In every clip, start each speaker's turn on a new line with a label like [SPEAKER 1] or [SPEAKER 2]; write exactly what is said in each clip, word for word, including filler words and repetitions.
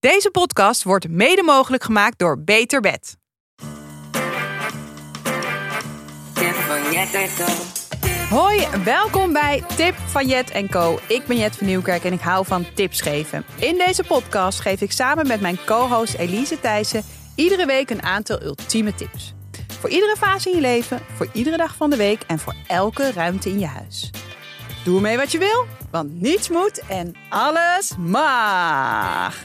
[SPEAKER 1] Deze podcast wordt mede mogelijk gemaakt door Beter Bed. Hoi, welkom bij Tip van Jet en Co. Ik ben Jet van Nieuwkerk en ik hou van tips geven. In deze podcast geef ik samen met mijn co-host Elise Thijssen iedere week een aantal ultieme tips. Voor iedere fase in je leven, voor iedere dag van de week en voor elke ruimte in je huis. Doe ermee wat je wil, want niets moet en alles mag.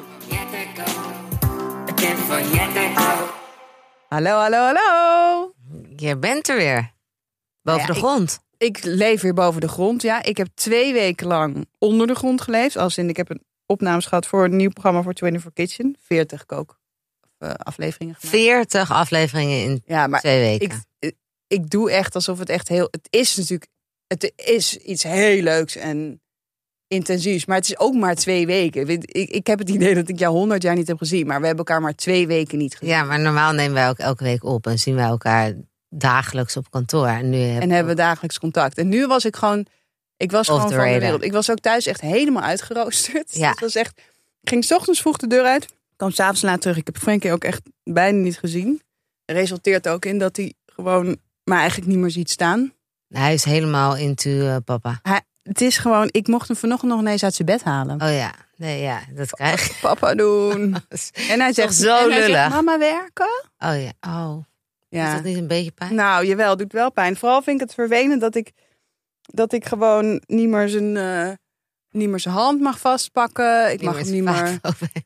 [SPEAKER 1] Hallo, hallo, hallo.
[SPEAKER 2] Je bent er weer. Boven
[SPEAKER 1] Ja,
[SPEAKER 2] de
[SPEAKER 1] ik-
[SPEAKER 2] grond.
[SPEAKER 1] Ik leef weer boven de grond. Ja, ik heb twee weken lang onder de grond geleefd. Als in, ik heb een opnames gehad voor een nieuw programma voor twenty-four Kitchen. veertig kook uh, afleveringen gemaakt.
[SPEAKER 2] veertig afleveringen in
[SPEAKER 1] Ja, maar
[SPEAKER 2] twee weken.
[SPEAKER 1] ik, ik doe echt alsof het echt heel... Het is natuurlijk... Het is iets heel leuks en intensiefs. Maar het is ook maar twee weken. Ik, ik, ik heb het idee dat ik jou honderd jaar niet heb gezien. Maar we hebben elkaar maar twee weken niet gezien.
[SPEAKER 2] Ja, maar normaal nemen wij ook elke week op en zien wij elkaar dagelijks op kantoor. En nu heb
[SPEAKER 1] En hebben we dagelijks contact. En nu was ik gewoon... Ik was
[SPEAKER 2] Off
[SPEAKER 1] gewoon
[SPEAKER 2] the
[SPEAKER 1] van de
[SPEAKER 2] radar.
[SPEAKER 1] wereld. Ik was ook thuis echt helemaal uitgeroosterd.
[SPEAKER 2] Ja.
[SPEAKER 1] Het was echt... Ik ging 's ochtends vroeg de deur uit. Kwam 's avonds laat terug. Ik heb Frankie ook echt bijna niet gezien. Resulteert ook in dat hij gewoon... maar eigenlijk niet meer ziet staan.
[SPEAKER 2] hij is helemaal into uh, papa.
[SPEAKER 1] Hij, het is gewoon... Ik mocht hem vanochtend nog ineens uit zijn bed halen.
[SPEAKER 2] Oh ja, nee, ja, dat krijg je.
[SPEAKER 1] Papa doen. En hij zegt,
[SPEAKER 2] zo
[SPEAKER 1] en hij zegt,
[SPEAKER 2] lullig.
[SPEAKER 1] mama werken?
[SPEAKER 2] Oh ja, oh. Is
[SPEAKER 1] Ja.
[SPEAKER 2] dat niet een beetje pijn?
[SPEAKER 1] Nou, jawel, het doet wel pijn. Vooral vind ik het vervelend dat ik, dat ik gewoon niet meer zijn, eh, niet meer zijn hand mag vastpakken. Ik mag hem niet meer...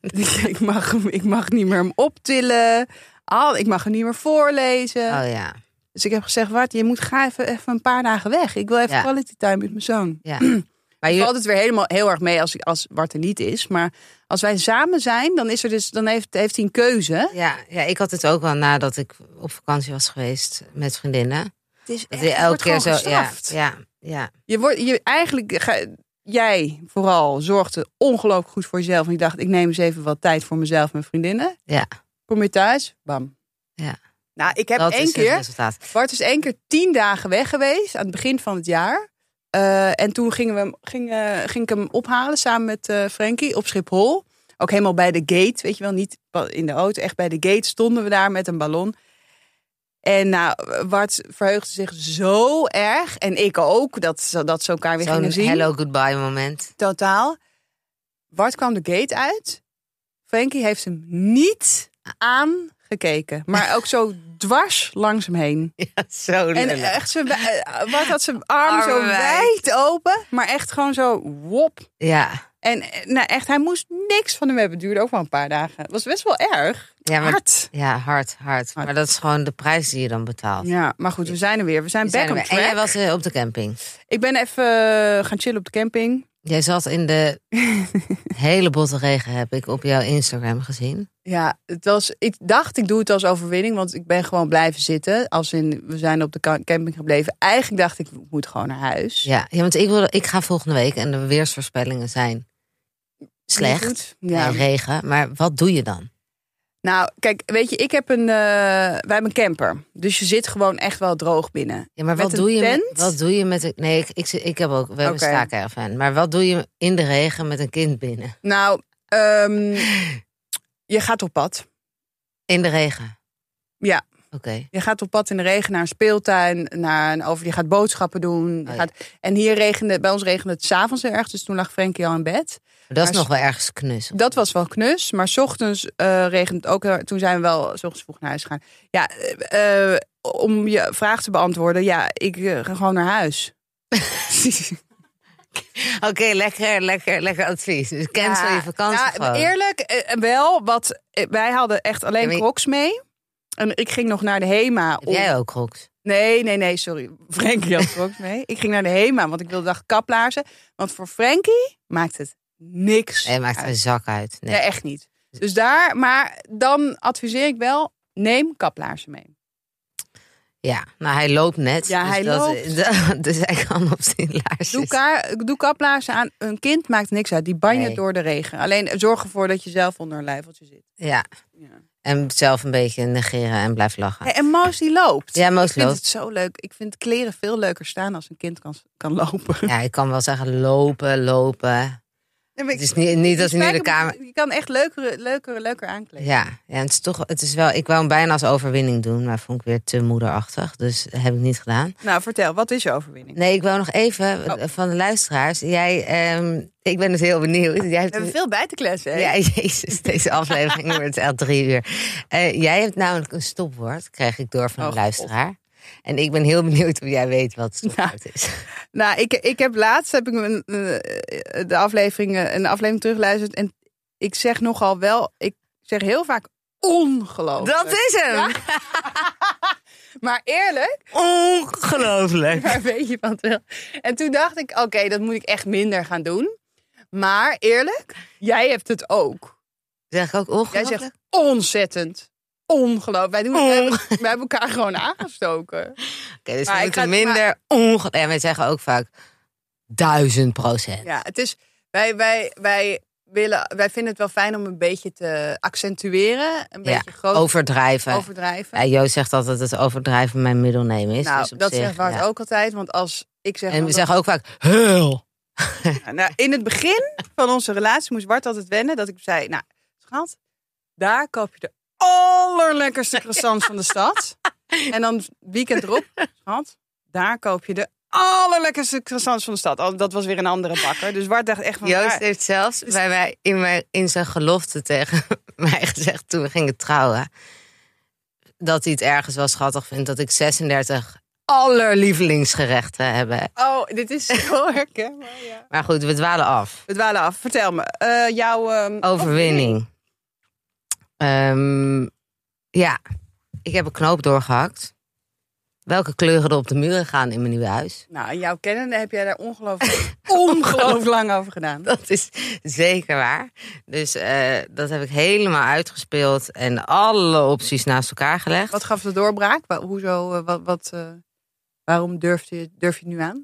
[SPEAKER 1] Ik mag, hem, ik mag niet meer hem optillen. Al, ik mag hem niet meer voorlezen.
[SPEAKER 2] Oh ja,
[SPEAKER 1] Dus ik heb gezegd, Wart, je moet ga even, even een paar dagen weg. Ik wil even
[SPEAKER 2] Ja.
[SPEAKER 1] quality time met mijn zoon.
[SPEAKER 2] ja.
[SPEAKER 1] Het
[SPEAKER 2] Maar je,
[SPEAKER 1] valt het weer helemaal heel erg mee als, als Wart er niet is. Maar als wij samen zijn, dan, is er dus, dan heeft, heeft hij een keuze.
[SPEAKER 2] ja, ja, ik had het ook wel nadat ik op vakantie was geweest met vriendinnen.
[SPEAKER 1] Het is
[SPEAKER 2] Dat
[SPEAKER 1] echt,
[SPEAKER 2] je
[SPEAKER 1] je
[SPEAKER 2] elke
[SPEAKER 1] wordt
[SPEAKER 2] keer
[SPEAKER 1] gewoon
[SPEAKER 2] zo, ja,
[SPEAKER 1] gestraft.
[SPEAKER 2] ja, ja.
[SPEAKER 1] Je wordt, je, eigenlijk, ga, jij vooral zorgde ongelooflijk goed voor jezelf. En ik dacht, ik neem eens even wat tijd voor mezelf en mijn vriendinnen.
[SPEAKER 2] Ja.
[SPEAKER 1] Kom je thuis, bam.
[SPEAKER 2] Ja.
[SPEAKER 1] Nou, ik heb
[SPEAKER 2] Dat
[SPEAKER 1] één
[SPEAKER 2] is het
[SPEAKER 1] keer,
[SPEAKER 2] resultaat.
[SPEAKER 1] Bart is één keer tien dagen weg geweest aan het begin van het jaar. Uh, en toen gingen we, hem- ging, uh, ging ik hem ophalen samen met uh, Frankie op Schiphol. Ook helemaal bij de gate, weet je wel, niet in de auto. Echt bij de gate stonden we daar met een ballon. En nou, Bart verheugde zich zo erg. En ik ook, dat, ze- dat ze elkaar weer
[SPEAKER 2] Zo'n
[SPEAKER 1] gingen zien.
[SPEAKER 2] hello goodbye moment.
[SPEAKER 1] Totaal. Bart kwam de gate uit. Frankie heeft hem niet aangekeken. Maar ook zo dwars langs hem heen.
[SPEAKER 2] Ja, zo
[SPEAKER 1] En
[SPEAKER 2] lullig.
[SPEAKER 1] echt zijn, eh, Bart had zijn armen zo
[SPEAKER 2] Armen wijd.
[SPEAKER 1] wijd open. Maar echt gewoon zo wop.
[SPEAKER 2] Ja,
[SPEAKER 1] En eh, nou echt, hij moest niks van hem hebben. Het duurde ook wel een paar dagen. Het was best wel erg.
[SPEAKER 2] ja, maar,
[SPEAKER 1] Hard.
[SPEAKER 2] ja hard, hard, Maar dat is gewoon de prijs die je dan betaalt.
[SPEAKER 1] Ja, maar goed, we zijn er weer. We zijn
[SPEAKER 2] We
[SPEAKER 1] back
[SPEAKER 2] zijn er
[SPEAKER 1] on
[SPEAKER 2] weer. En jij
[SPEAKER 1] track.
[SPEAKER 2] was eh, op de camping.
[SPEAKER 1] Ik ben even eh, gaan chillen op de camping.
[SPEAKER 2] Jij zat in de hele botte regen, heb ik op jouw Instagram gezien.
[SPEAKER 1] Ja, het was, ik dacht ik doe het als overwinning, want ik ben gewoon blijven zitten. Als in, we zijn op de ka- camping gebleven. Eigenlijk dacht ik, ik moet gewoon naar huis.
[SPEAKER 2] Ja, ja want ik, wilde, ik ga volgende week en de weersvoorspellingen zijn slecht.
[SPEAKER 1] Goed. Ja.
[SPEAKER 2] En regen. Maar wat doe je dan?
[SPEAKER 1] Nou, kijk, weet je, ik heb een, uh, wij hebben een camper. Dus je zit gewoon echt wel droog binnen.
[SPEAKER 2] Ja, maar
[SPEAKER 1] Met
[SPEAKER 2] wat
[SPEAKER 1] een
[SPEAKER 2] doe, je
[SPEAKER 1] tent?
[SPEAKER 2] met, wat doe je met... een- Nee, ik, ik, zit- ik heb ook... We hebben
[SPEAKER 1] Oké.
[SPEAKER 2] een staakerven. Maar wat doe je in de regen met een kind binnen?
[SPEAKER 1] Nou, um, je gaat op pad.
[SPEAKER 2] In de regen?
[SPEAKER 1] Ja.
[SPEAKER 2] Oké.
[SPEAKER 1] Je gaat op pad in de regen naar een speeltuin, naar een over. Je gaat boodschappen doen. Je
[SPEAKER 2] Oh, ja.
[SPEAKER 1] gaat, en hier regende, bij ons regende het 's avonds heel erg. Dus toen lag Frankie al in bed.
[SPEAKER 2] Maar dat is
[SPEAKER 1] Maar
[SPEAKER 2] nog wel ergens knus.
[SPEAKER 1] Dat was wel knus, maar 's ochtends uh, regent het ook. heel erg. Toen zijn we wel 's ochtends vroeg naar huis gegaan. Ja, uh, om je vraag te beantwoorden, ja, ik uh, ga gewoon naar huis.
[SPEAKER 2] Oké, okay, lekker, lekker, lekker advies. Dus cancel
[SPEAKER 1] Ja,
[SPEAKER 2] je vakantie
[SPEAKER 1] ja,
[SPEAKER 2] gewoon.
[SPEAKER 1] Eerlijk, eh, wel. Wat, eh, wij hadden echt alleen
[SPEAKER 2] Ja, maar je-
[SPEAKER 1] Crocs mee. En ik ging nog naar de HEMA.
[SPEAKER 2] Heb
[SPEAKER 1] Om...
[SPEAKER 2] jij ook Crocs?
[SPEAKER 1] Nee, nee, nee, sorry. Frankie had Crocs mee. Ik ging naar de HEMA, want ik wilde dacht kaplaarzen. Want voor Frankie maakt het niks
[SPEAKER 2] Nee, maakt er
[SPEAKER 1] uit.
[SPEAKER 2] een zak uit. Nee.
[SPEAKER 1] Nee, echt niet. Dus daar, maar dan adviseer ik wel, neem kaplaarzen mee.
[SPEAKER 2] Ja, nou hij loopt net.
[SPEAKER 1] Ja,
[SPEAKER 2] dus
[SPEAKER 1] hij
[SPEAKER 2] dat,
[SPEAKER 1] loopt.
[SPEAKER 2] Dus hij kan op zijn laarsjes.
[SPEAKER 1] Doe, ka- doe kaplaarzen aan. Een kind maakt niks uit. Die banje
[SPEAKER 2] Nee.
[SPEAKER 1] door de regen. Alleen zorg ervoor dat je zelf onder een lijfeltje zit.
[SPEAKER 2] Ja,
[SPEAKER 1] Ja.
[SPEAKER 2] en zelf een beetje negeren en blijf lachen.
[SPEAKER 1] Hey, en Moos die loopt.
[SPEAKER 2] Ja, Moos
[SPEAKER 1] Ik vind
[SPEAKER 2] loopt.
[SPEAKER 1] het zo leuk. Ik vind kleren veel leuker staan als een kind kan, kan lopen.
[SPEAKER 2] Ja, ik kan wel zeggen lopen, lopen.
[SPEAKER 1] Nee,
[SPEAKER 2] het is niet, niet dat hij nu de kamer...
[SPEAKER 1] Je kan echt leuker, leuker, leuker aankleden.
[SPEAKER 2] Ja, ja het is toch, het is wel, ik wou hem bijna als overwinning doen, maar vond ik weer te moederachtig. Dus dat heb ik niet gedaan.
[SPEAKER 1] Nou, vertel, wat is je overwinning?
[SPEAKER 2] Nee, ik wou nog even
[SPEAKER 1] oh.
[SPEAKER 2] van de luisteraars. Jij, um, ik ben dus heel benieuwd. Jij hebt...
[SPEAKER 1] We hebben veel bij te kletsen, hè?
[SPEAKER 2] Ja, jezus, deze aflevering wordt echt drie uur. Uh, jij hebt namelijk een stopwoord, krijg ik door van
[SPEAKER 1] oh,
[SPEAKER 2] de luisteraar. God. En ik ben heel benieuwd hoe jij weet wat het stopwoord
[SPEAKER 1] nou,
[SPEAKER 2] is.
[SPEAKER 1] Nou, ik, ik heb laatst heb ik een, de aflevering, een aflevering teruggeluisterd. En ik zeg nogal wel, ik zeg heel vaak ongelooflijk.
[SPEAKER 2] Dat is hem! Ja?
[SPEAKER 1] Maar eerlijk.
[SPEAKER 2] Ongelooflijk.
[SPEAKER 1] Maar weet je wat wel. En toen dacht ik, oké, okay, dat moet ik echt minder gaan doen. Maar eerlijk, jij hebt het ook.
[SPEAKER 2] Zeg ik ook ongelooflijk?
[SPEAKER 1] Jij zegt ontzettend. Ongelooflijk. Wij, doen,
[SPEAKER 2] On...
[SPEAKER 1] wij, hebben, wij hebben elkaar gewoon aangestoken. Oké,
[SPEAKER 2] okay, dus maar we moeten minder maar... ongelooflijk. Ja, wij zeggen ook vaak duizend procent.
[SPEAKER 1] Ja, het is, wij, wij, wij, willen, wij vinden het wel fijn om een beetje te accentueren. Een
[SPEAKER 2] ja,
[SPEAKER 1] beetje groot
[SPEAKER 2] overdrijven.
[SPEAKER 1] overdrijven.
[SPEAKER 2] Ja, Joost zegt altijd dat het overdrijven mijn middelneem is.
[SPEAKER 1] Nou,
[SPEAKER 2] dus op
[SPEAKER 1] dat
[SPEAKER 2] zich,
[SPEAKER 1] zegt Bart
[SPEAKER 2] ja.
[SPEAKER 1] ook altijd. Want als ik zeg...
[SPEAKER 2] En we
[SPEAKER 1] dat...
[SPEAKER 2] zeggen ook vaak heel.
[SPEAKER 1] Ja, nou, in het begin van onze relatie moest Bart altijd wennen dat ik zei... Nou, schat, daar koop je de allerlekkerste croissants van de stad. En dan weekend erop, schat, daar koop je de allerlekkerste croissants van de stad. Dat was weer een andere bakker. Dus Bart dacht echt van...
[SPEAKER 2] Joost
[SPEAKER 1] waar...
[SPEAKER 2] heeft zelfs dus... bij mij in, mijn, in zijn gelofte tegen mij gezegd toen we gingen trouwen... dat hij het ergens wel schattig vindt dat ik zesendertig allerlievelingsgerechten heb.
[SPEAKER 1] Oh, dit is zo herkenbaar, ja.
[SPEAKER 2] Maar goed, we dwalen af.
[SPEAKER 1] We dwalen af. Vertel me, uh, jouw... Um,
[SPEAKER 2] overwinning. Um, ja, ik heb een knoop doorgehakt. Welke kleuren er op de muren gaan in mijn nieuwe huis?
[SPEAKER 1] Nou, in jouw kennende heb jij daar ongelooflijk, ongelooflijk lang over gedaan.
[SPEAKER 2] Dat is zeker waar. Dus uh, dat heb ik helemaal uitgespeeld en alle opties naast elkaar gelegd.
[SPEAKER 1] Wat gaf de doorbraak? Hoezo? Wat? wat uh, waarom durf je, durf je het nu aan?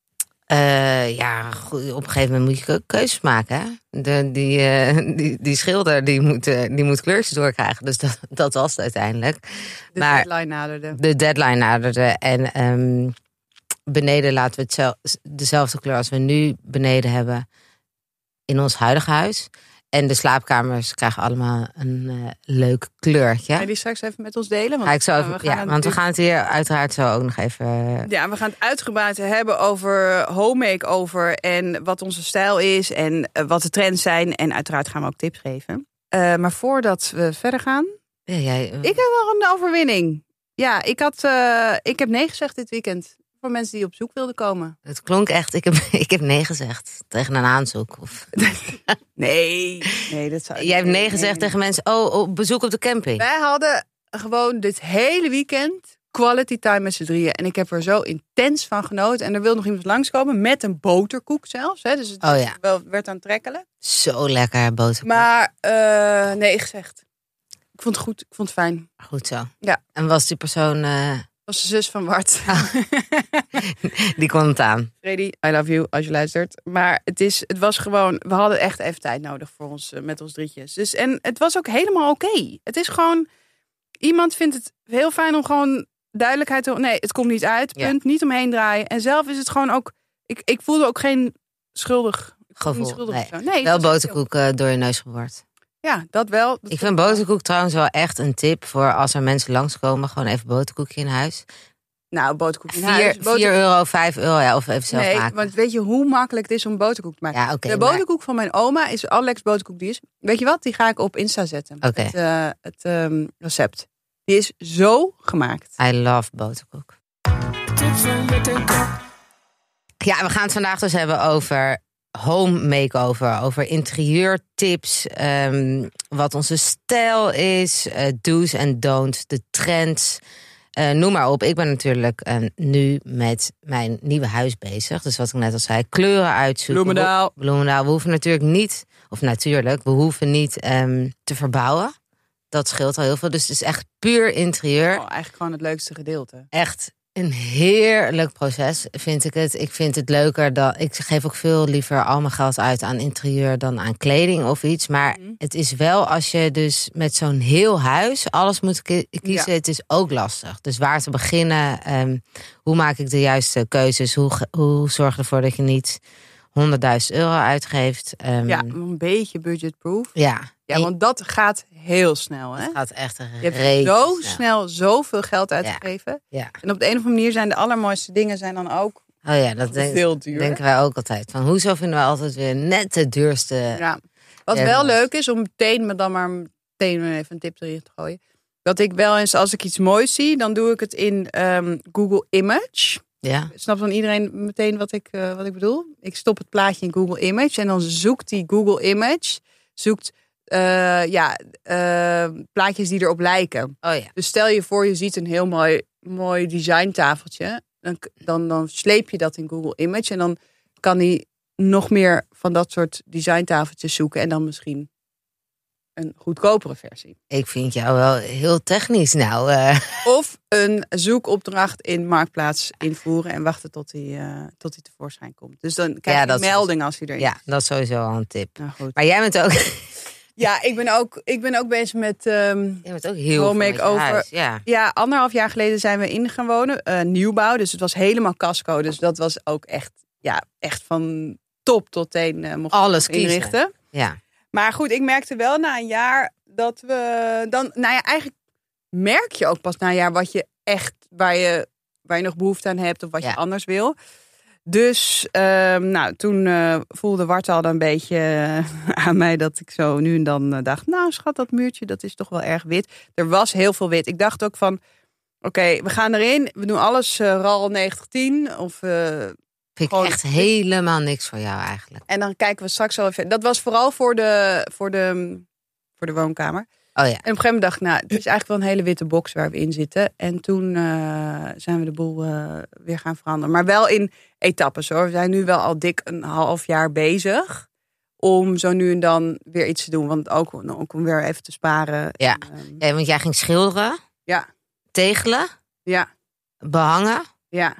[SPEAKER 2] Uh, ja, goed, op een gegeven moment moet je keuzes maken. Hè? De, die, uh, die, die schilder die moet, uh, die moet kleurtjes doorkrijgen. Dus dat, dat was het uiteindelijk.
[SPEAKER 1] De
[SPEAKER 2] maar
[SPEAKER 1] deadline naderde.
[SPEAKER 2] De deadline naderde. En um, beneden laten we het zel- dezelfde kleur als we nu beneden hebben in ons huidige huis. En de slaapkamers krijgen allemaal een uh, leuk kleurtje.
[SPEAKER 1] Ga je die straks even met ons delen?
[SPEAKER 2] Want,
[SPEAKER 1] want,
[SPEAKER 2] ik zo even, ja, want we gaan het hier uiteraard zo ook nog even...
[SPEAKER 1] Ja, we gaan het uitgebreid hebben over home makeover en wat onze stijl is en uh, wat de trends zijn. En uiteraard gaan we ook tips geven. Uh, maar voordat we verder gaan...
[SPEAKER 2] Ja, jij, uh...
[SPEAKER 1] Ik heb wel een overwinning. Ja, ik, had, uh, ik heb nee gezegd dit weekend. Voor mensen die op zoek wilden komen.
[SPEAKER 2] Het klonk echt, ik heb, ik heb nee gezegd tegen een aanzoek. Of...
[SPEAKER 1] nee, nee, dat zou
[SPEAKER 2] Jij hebt nee,
[SPEAKER 1] nee
[SPEAKER 2] gezegd
[SPEAKER 1] nee.
[SPEAKER 2] tegen mensen, oh, op bezoek op de camping.
[SPEAKER 1] Wij hadden gewoon dit hele weekend quality time met z'n drieën. En ik heb er zo intens van genoten. En er wil nog iemand langskomen met een boterkoek zelfs. Hè? Dus het
[SPEAKER 2] oh, ja.
[SPEAKER 1] wel, werd aan het trekkelen.
[SPEAKER 2] Zo lekker, boterkoek.
[SPEAKER 1] Maar uh, nee gezegd. Ik vond het goed, ik vond het fijn.
[SPEAKER 2] Goed zo.
[SPEAKER 1] Ja.
[SPEAKER 2] En was die persoon... Uh...
[SPEAKER 1] was de zus van Bart.
[SPEAKER 2] Ah. Die kon het aan.
[SPEAKER 1] Freddy, I love you als je luistert. Maar het, is, het was gewoon... We hadden echt even tijd nodig voor ons, met ons drietjes. Dus, en het was ook helemaal oké. Okay. Het is gewoon... Iemand vindt het heel fijn om gewoon duidelijkheid te... Nee, het komt niet uit. Punt. Ja. Niet omheen draaien. En zelf is het gewoon ook... Ik, ik voelde ook geen schuldig...
[SPEAKER 2] Gevoel.
[SPEAKER 1] Niet schuldig
[SPEAKER 2] nee.
[SPEAKER 1] nee,
[SPEAKER 2] wel boterkoek uh, door je neus geboord.
[SPEAKER 1] Ja, dat wel. Dat
[SPEAKER 2] ik vind boterkoek trouwens wel echt een tip voor als er mensen langskomen. Gewoon even boterkoekje in huis.
[SPEAKER 1] Nou, boterkoek in
[SPEAKER 2] vier,
[SPEAKER 1] huis. Boter...
[SPEAKER 2] vier euro, vijf euro, ja, of even zelf
[SPEAKER 1] nee,
[SPEAKER 2] maken.
[SPEAKER 1] Want weet je hoe makkelijk het is om boterkoek te maken?
[SPEAKER 2] Ja, okay,
[SPEAKER 1] de boterkoek maar... van mijn oma is de allerlekkerste boterkoek die is. Weet je wat? Die ga ik op Insta zetten.
[SPEAKER 2] Okay.
[SPEAKER 1] Het, uh, het um, recept. Die is zo gemaakt.
[SPEAKER 2] I love boterkoek. Ja, we gaan het vandaag dus hebben over home makeover, over interieurtips, um, wat onze stijl is, uh, do's en don'ts, de trends, uh, noem maar op. Ik ben natuurlijk uh, nu met mijn nieuwe huis bezig. Dus wat ik net al zei, kleuren uitzoeken.
[SPEAKER 1] Bloemendaal.
[SPEAKER 2] Bloemendaal. We hoeven natuurlijk niet, of natuurlijk, we hoeven niet um, te verbouwen. Dat scheelt al heel veel. Dus het is echt puur interieur.
[SPEAKER 1] Oh, eigenlijk gewoon het leukste gedeelte.
[SPEAKER 2] Echt een heerlijk proces, vind ik het. Ik vind het leuker dan... Ik geef ook veel liever al mijn geld uit aan interieur dan aan kleding of iets. Maar mm-hmm. het is wel als je dus met zo'n heel huis alles moet kiezen. Ja. Het is ook lastig. Dus waar te beginnen? Um, hoe maak ik de juiste keuzes? Hoe, hoe zorg je ervoor dat je niet honderdduizend euro uitgeeft. Um,
[SPEAKER 1] ja, een beetje budgetproof.
[SPEAKER 2] Ja.
[SPEAKER 1] Ja, want dat gaat heel snel. Hè?
[SPEAKER 2] Het gaat echt een
[SPEAKER 1] Je hebt zo
[SPEAKER 2] snel.
[SPEAKER 1] snel zoveel geld uitgegeven.
[SPEAKER 2] Ja. Ja.
[SPEAKER 1] En op de een of andere manier zijn de allermooiste dingen zijn dan ook
[SPEAKER 2] Oh ja, dat denk,
[SPEAKER 1] veel duur.
[SPEAKER 2] denken wij ook altijd. Van hoezo vinden we altijd weer net de duurste...
[SPEAKER 1] Ja. Wat
[SPEAKER 2] ja,
[SPEAKER 1] wel
[SPEAKER 2] dat
[SPEAKER 1] leuk is, om meteen me dan maar meteen even een tip erin te gooien. Dat ik wel eens, als ik iets moois zie, dan doe ik het in um, Google Image.
[SPEAKER 2] Ja.
[SPEAKER 1] Snapt dan iedereen meteen wat ik, uh, wat ik bedoel? Ik stop het plaatje in Google Image en dan zoekt die Google Image, zoekt uh, ja, uh, plaatjes die erop lijken.
[SPEAKER 2] Oh ja.
[SPEAKER 1] Dus stel je voor, je ziet een heel mooi, mooi designtafeltje. Dan, dan, dan sleep je dat in Google Image en dan kan hij nog meer van dat soort designtafeltjes zoeken en dan misschien een goedkopere versie.
[SPEAKER 2] Ik vind jou wel heel technisch nou. Uh.
[SPEAKER 1] Of een zoekopdracht in Marktplaats invoeren en wachten tot hij uh, tot hij tevoorschijn komt. Dus dan krijg je
[SPEAKER 2] ja,
[SPEAKER 1] een melding als hij erin
[SPEAKER 2] ja,
[SPEAKER 1] is.
[SPEAKER 2] Ja, dat is sowieso al een tip.
[SPEAKER 1] Nou, goed.
[SPEAKER 2] Maar jij bent ook...
[SPEAKER 1] Ja, ik ben ook, ik ben ook bezig met um,
[SPEAKER 2] jij bent ook heel
[SPEAKER 1] home
[SPEAKER 2] veel met je
[SPEAKER 1] makeover.
[SPEAKER 2] huis. Ja.
[SPEAKER 1] Ja, anderhalf jaar geleden zijn we in gaan wonen. Uh, nieuwbouw, dus het was helemaal casco. Dus dat was ook echt, ja, echt van top tot teen uh, mocht
[SPEAKER 2] alles
[SPEAKER 1] inrichten.
[SPEAKER 2] Kiezen. Ja.
[SPEAKER 1] Maar goed, ik merkte wel na een jaar dat we dan, nou ja, eigenlijk merk je ook pas na een jaar wat je echt, waar je, waar je nog behoefte aan hebt of wat
[SPEAKER 2] ja.
[SPEAKER 1] je anders wil. Dus, uh, nou, toen uh, voelde Wart al een beetje uh, aan mij dat ik zo nu en dan uh, dacht, nou schat, dat muurtje, dat is toch wel erg wit. Er was heel veel wit. Ik dacht ook van, oké, okay, we gaan erin, we doen alles uh, R A L negentig tien of... Uh,
[SPEAKER 2] Vind ik echt helemaal niks voor jou eigenlijk.
[SPEAKER 1] En dan kijken we straks wel even. Dat was vooral voor de, voor de, voor de woonkamer.
[SPEAKER 2] Oh ja.
[SPEAKER 1] En op een gegeven moment dacht ik, nou, het is eigenlijk wel een hele witte box waar we in zitten. En toen uh, zijn we de boel uh, weer gaan veranderen. Maar wel in etappes hoor. We zijn nu wel al dik een half jaar bezig om zo nu en dan weer iets te doen. Want ook, ook om weer even te sparen.
[SPEAKER 2] Ja,
[SPEAKER 1] en, um...
[SPEAKER 2] ja want jij ging schilderen.
[SPEAKER 1] Ja.
[SPEAKER 2] Tegelen.
[SPEAKER 1] Ja.
[SPEAKER 2] Behangen.
[SPEAKER 1] Ja.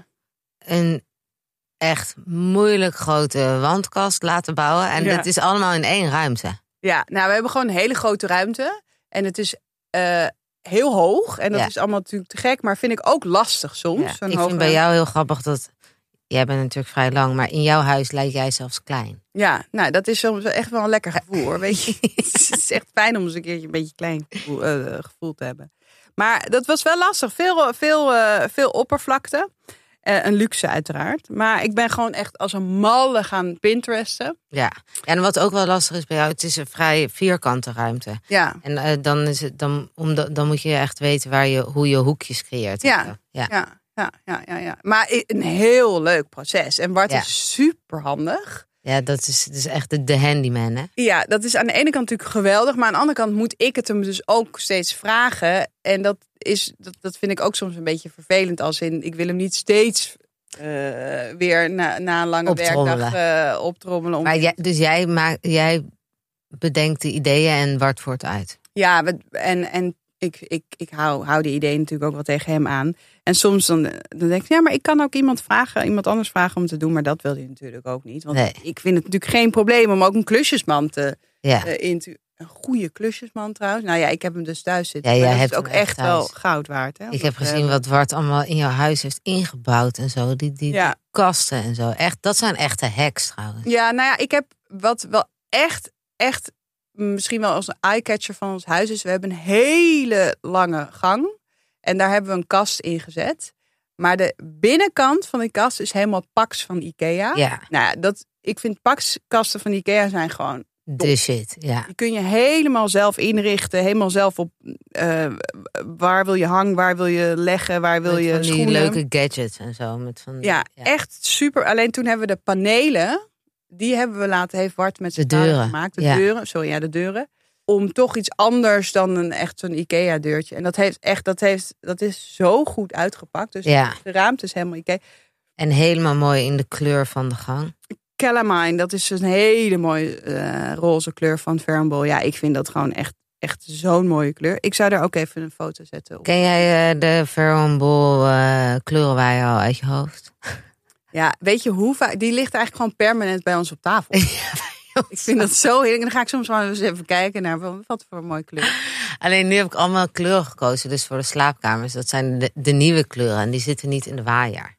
[SPEAKER 2] Een echt moeilijk grote wandkast laten bouwen. En
[SPEAKER 1] ja.
[SPEAKER 2] dat is allemaal in één ruimte.
[SPEAKER 1] Ja, nou we hebben gewoon een hele grote ruimte. En het is uh, heel hoog. En dat ja. is allemaal natuurlijk te gek. Maar vind ik ook lastig soms.
[SPEAKER 2] Ja.
[SPEAKER 1] Zo'n
[SPEAKER 2] ik vind bij jou heel grappig dat... Jij bent natuurlijk vrij lang. Maar in jouw huis lijkt jij zelfs klein.
[SPEAKER 1] Ja, nou dat is soms echt wel een lekker gevoel hoor. Weet je? Het is echt fijn om eens een keertje een beetje klein gevoel, uh, gevoel te hebben. Maar dat was wel lastig. Veel, veel, uh, veel oppervlakte. Uh, een luxe uiteraard. Maar ik ben gewoon echt als een malle gaan Pinteresten.
[SPEAKER 2] Ja, en wat ook wel lastig is bij jou, het is een vrij vierkante ruimte.
[SPEAKER 1] Ja.
[SPEAKER 2] En uh, dan, is het, dan, om de, dan moet je echt weten waar je, hoe je hoekjes creëert.
[SPEAKER 1] Ja, ja. Ja, ja, ja, ja, ja. Maar een heel leuk proces. En Bart ja. is super handig.
[SPEAKER 2] Ja, dat is, dat is echt de, de handyman, hè?
[SPEAKER 1] Ja, dat is aan de ene kant natuurlijk geweldig. Maar aan de andere kant moet ik het hem dus ook steeds vragen. En dat is, dat, dat vind ik ook soms een beetje vervelend. Als in, ik wil hem niet steeds uh, weer na, na een lange werkdag uh, optrommelen. Om...
[SPEAKER 2] Maar jij, dus jij, maakt, jij bedenkt de ideeën en Bart voert uit?
[SPEAKER 1] Ja, en, en ik, ik, ik hou, hou die ideeën natuurlijk ook wel tegen hem aan. En soms dan, dan denk ik, ja, maar ik kan ook iemand vragen, iemand anders vragen om te doen. Maar dat wil hij natuurlijk ook niet. Want nee. ik vind het natuurlijk geen probleem om ook een klusjesman te ja. uh, in te... Een goede klusjesman trouwens. Nou ja, ik heb hem dus thuis zitten.
[SPEAKER 2] Ja,
[SPEAKER 1] maar
[SPEAKER 2] jij
[SPEAKER 1] dat
[SPEAKER 2] hebt
[SPEAKER 1] is ook echt thuis. Wel goud waard. Hè,
[SPEAKER 2] ik heb gezien uh, wat Bart allemaal in jouw huis heeft ingebouwd en zo. Die, die, ja. die kasten en zo. Echt, dat zijn echte hacks trouwens.
[SPEAKER 1] Ja, nou ja, ik heb wat wel echt, echt misschien wel als een eyecatcher van ons huis is. We hebben een hele lange gang. En daar hebben we een kast in gezet. Maar de binnenkant van die kast is helemaal Pax van Ikea.
[SPEAKER 2] Ja.
[SPEAKER 1] Nou ja, dat, ik vind Pax-kasten van Ikea zijn gewoon
[SPEAKER 2] de shit, ja.
[SPEAKER 1] Die kun je helemaal zelf inrichten. Helemaal zelf op uh, waar wil je hangen, waar wil je leggen, waar wil
[SPEAKER 2] met
[SPEAKER 1] je
[SPEAKER 2] van die
[SPEAKER 1] schoenen.
[SPEAKER 2] leuke gadgets en zo. Met van die,
[SPEAKER 1] ja, ja, echt super. Alleen toen hebben we de panelen, die hebben we laten, heeft Bart met zijn vader gemaakt. De
[SPEAKER 2] ja.
[SPEAKER 1] deuren, sorry, ja, de deuren. Om toch iets anders dan een echt zo'n Ikea deurtje. En dat heeft echt, dat heeft, dat is zo goed uitgepakt. Dus
[SPEAKER 2] ja.
[SPEAKER 1] de ruimte is helemaal Ikea.
[SPEAKER 2] En helemaal mooi in de kleur van de gang.
[SPEAKER 1] Calamine, dat is een hele mooie uh, roze kleur van Fernbol. Ja, ik vind dat gewoon echt, echt zo'n mooie kleur. Ik zou daar ook even een foto zetten op.
[SPEAKER 2] Ken jij uh, de Fernbol uh, kleurenwaaier al uit je hoofd?
[SPEAKER 1] Ja, weet je hoe vaak? Die ligt eigenlijk gewoon permanent bij ons op tafel. Ja, ik vind dat zo heerlijk. En dan ga ik soms wel eens even kijken naar wat voor een mooie kleur.
[SPEAKER 2] Alleen nu heb ik allemaal kleuren gekozen, dus voor de slaapkamers. Dat zijn de, de nieuwe kleuren en die zitten niet in de waaier.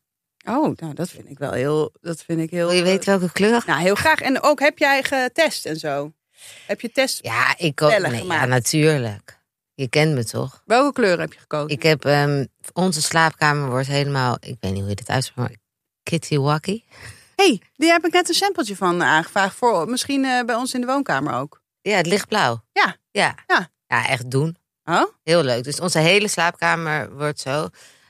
[SPEAKER 1] Oh, nou dat vind ik wel heel... Dat vind ik heel.
[SPEAKER 2] Wil je weten welke kleur?
[SPEAKER 1] Nou, heel graag. En ook, heb jij getest en zo? Heb je test?
[SPEAKER 2] Ja, ik ook. Nee, ja, natuurlijk. Je kent me toch?
[SPEAKER 1] Welke kleur heb je gekozen?
[SPEAKER 2] Ik heb... Um, onze slaapkamer wordt helemaal... Ik weet niet hoe je dit uitspreekt, maar... Kitty-wacky.
[SPEAKER 1] Hey, daar heb ik net een sampletje van aangevraagd. Voor misschien uh, bij ons in de woonkamer ook.
[SPEAKER 2] Ja, het lichtblauw.
[SPEAKER 1] Ja.
[SPEAKER 2] Ja.
[SPEAKER 1] Ja,
[SPEAKER 2] ja echt doen.
[SPEAKER 1] Oh?
[SPEAKER 2] Heel leuk. Dus onze hele slaapkamer wordt zo.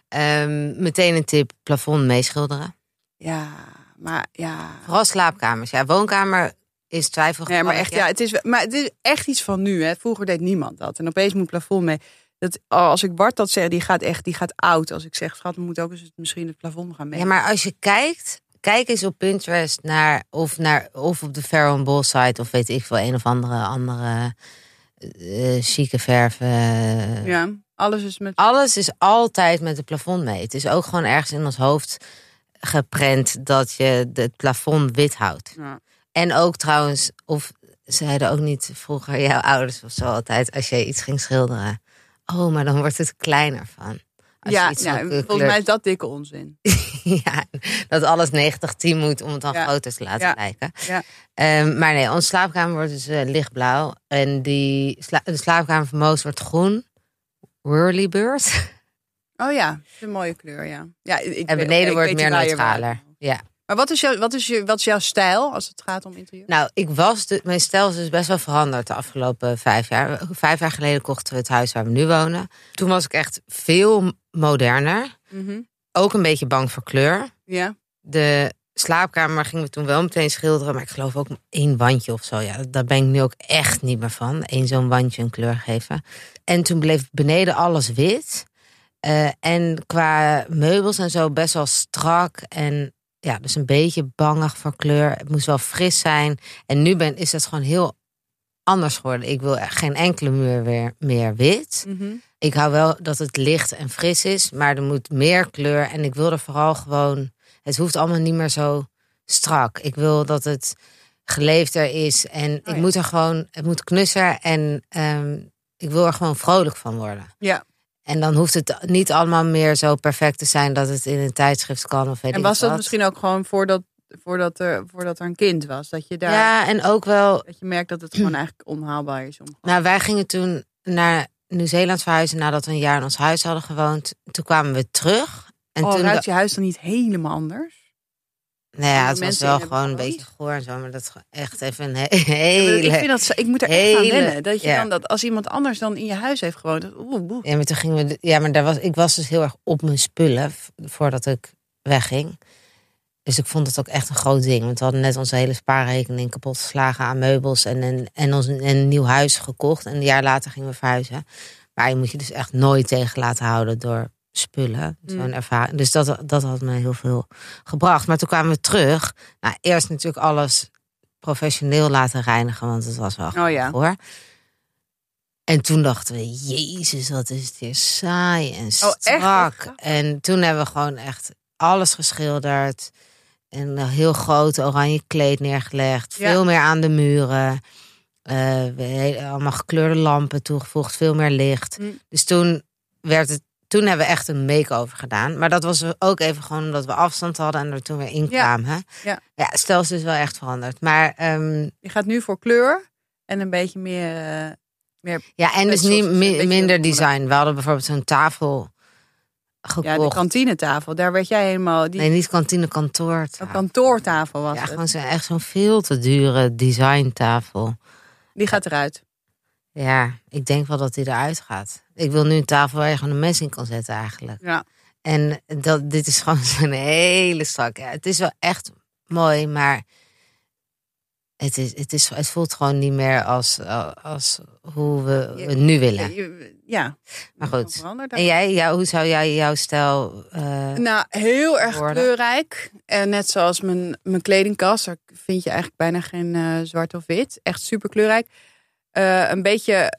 [SPEAKER 2] Um, meteen een tip, plafond meeschilderen.
[SPEAKER 1] Ja, maar ja...
[SPEAKER 2] Vooral slaapkamers. Ja, woonkamer is twijfelgevallig.
[SPEAKER 1] Nee, maar echt, ja, het is, maar het is echt iets van nu. Hè. Vroeger deed niemand dat. En opeens moet plafond mee. Dat, als ik Bart dat zeg, die gaat echt die gaat oud. Als ik zeg, schat, we moeten ook eens misschien het plafond gaan mee.
[SPEAKER 2] Ja, maar als je kijkt... Kijk eens op Pinterest naar of, naar, of op de Farrow and Ball site... of weet ik veel, een of andere, andere uh, chique verven. Uh,
[SPEAKER 1] ja, alles is met...
[SPEAKER 2] Alles is altijd met het plafond mee. Het is ook gewoon ergens in ons hoofd geprent... dat je het plafond wit houdt. Ja. En ook trouwens, of zeiden ook niet vroeger jouw ouders of zo altijd... als je iets ging schilderen... oh, maar dan wordt het kleiner van... Als
[SPEAKER 1] ja,
[SPEAKER 2] nou,
[SPEAKER 1] volgens kleur... mij is dat dikke onzin.
[SPEAKER 2] Ja, dat alles negentig tien moet om het dan ja. groter te laten ja. lijken. Ja. Um, maar nee, onze slaapkamer wordt dus uh, lichtblauw. En die sla- de slaapkamer van Moos wordt groen. Whirlybird.
[SPEAKER 1] Oh ja, dat is een mooie kleur, ja. ja ik
[SPEAKER 2] en beneden weet, wordt meer neutraler. Ja.
[SPEAKER 1] Maar wat is, jouw, wat, is je, wat is jouw stijl als het gaat om interieur?
[SPEAKER 2] Nou, ik was de, mijn stijl is dus best wel veranderd de afgelopen vijf jaar. Vijf jaar geleden kochten we het huis waar we nu wonen. Toen was ik echt veel moderner. Mm-hmm. Ook een beetje bang voor kleur.
[SPEAKER 1] Ja.
[SPEAKER 2] De slaapkamer gingen we toen wel meteen schilderen. Maar ik geloof ook één wandje of zo. Ja, daar ben ik nu ook echt niet meer van. Eén zo'n wandje een kleur geven. En toen bleef beneden alles wit. Uh, en qua meubels en zo best wel strak. En ja, dus een beetje bangig voor kleur. Het moest wel fris zijn. En nu ben, is het gewoon heel anders geworden. Ik wil geen enkele muur weer, meer wit. Mm-hmm. Ik hou wel dat het licht en fris is. Maar er moet meer kleur. En ik wil er vooral gewoon... Het hoeft allemaal niet meer zo strak. Ik wil dat het geleefder is. En oh ja. ik moet er gewoon... Het moet knusser. En um, ik wil er gewoon vrolijk van worden.
[SPEAKER 1] Ja.
[SPEAKER 2] En dan hoeft het niet allemaal meer zo perfect te zijn... dat het in een tijdschrift kan of weet
[SPEAKER 1] En was
[SPEAKER 2] ik
[SPEAKER 1] dat
[SPEAKER 2] wat.
[SPEAKER 1] misschien ook gewoon voordat, voordat, er, voordat er een kind was? Dat je daar...
[SPEAKER 2] Ja, en ook wel...
[SPEAKER 1] Dat je merkt dat het gewoon eigenlijk onhaalbaar is. Om gewoon...
[SPEAKER 2] Nou, wij gingen toen naar Nieuw-Zeeland verhuizen... nadat we een jaar in ons huis hadden gewoond. Toen kwamen we terug. En
[SPEAKER 1] oh,
[SPEAKER 2] toen
[SPEAKER 1] ruikt je huis dan niet helemaal anders?
[SPEAKER 2] Nou ja, het was wel gewoon een beetje goor en zo, maar dat is echt even een he- hele...
[SPEAKER 1] Ja, ik, vind dat, ik moet er
[SPEAKER 2] hele,
[SPEAKER 1] echt aan wennen. Dat je
[SPEAKER 2] ja.
[SPEAKER 1] dan dat als iemand anders dan in je huis heeft gewoond. Oeh, oeh.
[SPEAKER 2] Ja, maar toen gingen we... Ja, maar daar was, ik was dus heel erg op mijn spullen voordat ik wegging. Dus ik vond het ook echt een groot ding. Want we hadden net onze hele spaarrekening kapot geslagen aan meubels en een, en ons een, een nieuw huis gekocht. En een jaar later gingen we verhuizen. Maar je moet je dus echt nooit tegen laten houden door... spullen, zo'n mm. ervaring. Dus dat, dat had me heel veel gebracht. Maar toen kwamen we terug. Nou, eerst natuurlijk alles professioneel laten reinigen, want het was wel
[SPEAKER 1] oh, ja.
[SPEAKER 2] hoor. En toen dachten we, jezus, wat is het hier saai en strak. Oh, en toen hebben we gewoon echt alles geschilderd. En een heel groot oranje kleed neergelegd. Ja. Veel meer aan de muren. Uh, we allemaal gekleurde lampen toegevoegd. Veel meer licht. Mm. Dus toen werd het Toen hebben we echt een make-over gedaan. Maar dat was ook even gewoon omdat we afstand hadden... en er toen weer in kwamen. Ja,
[SPEAKER 1] ja.
[SPEAKER 2] ja het stel is dus wel echt veranderd. Maar um,
[SPEAKER 1] je gaat nu voor kleur en een beetje meer... Uh, meer
[SPEAKER 2] ja, en dus niet mi- minder design. We hadden bijvoorbeeld zo'n tafel gekocht.
[SPEAKER 1] Ja, de kantinetafel. Daar werd jij helemaal... Die...
[SPEAKER 2] Nee, niet kantine, kantoortafel.
[SPEAKER 1] Een kantoortafel was
[SPEAKER 2] ja,
[SPEAKER 1] het.
[SPEAKER 2] Ja, gewoon zo, echt zo'n veel te dure designtafel.
[SPEAKER 1] Die gaat eruit.
[SPEAKER 2] Ja, ik denk wel dat die eruit gaat. Ik wil nu een tafel waar je gewoon een mes in kan zetten eigenlijk.
[SPEAKER 1] Ja.
[SPEAKER 2] En dat, dit is gewoon zo'n hele strak. Ja, het is wel echt mooi, maar het, is, het, is, het voelt gewoon niet meer als, als hoe we het nu willen.
[SPEAKER 1] Ja.
[SPEAKER 2] Maar goed. En jij, jou, hoe zou jij jouw stijl uh,
[SPEAKER 1] Nou, heel erg
[SPEAKER 2] worden?
[SPEAKER 1] Kleurrijk. En net zoals mijn, mijn kledingkast. Daar vind je eigenlijk bijna geen uh, zwart of wit. Echt super kleurrijk. Uh, een beetje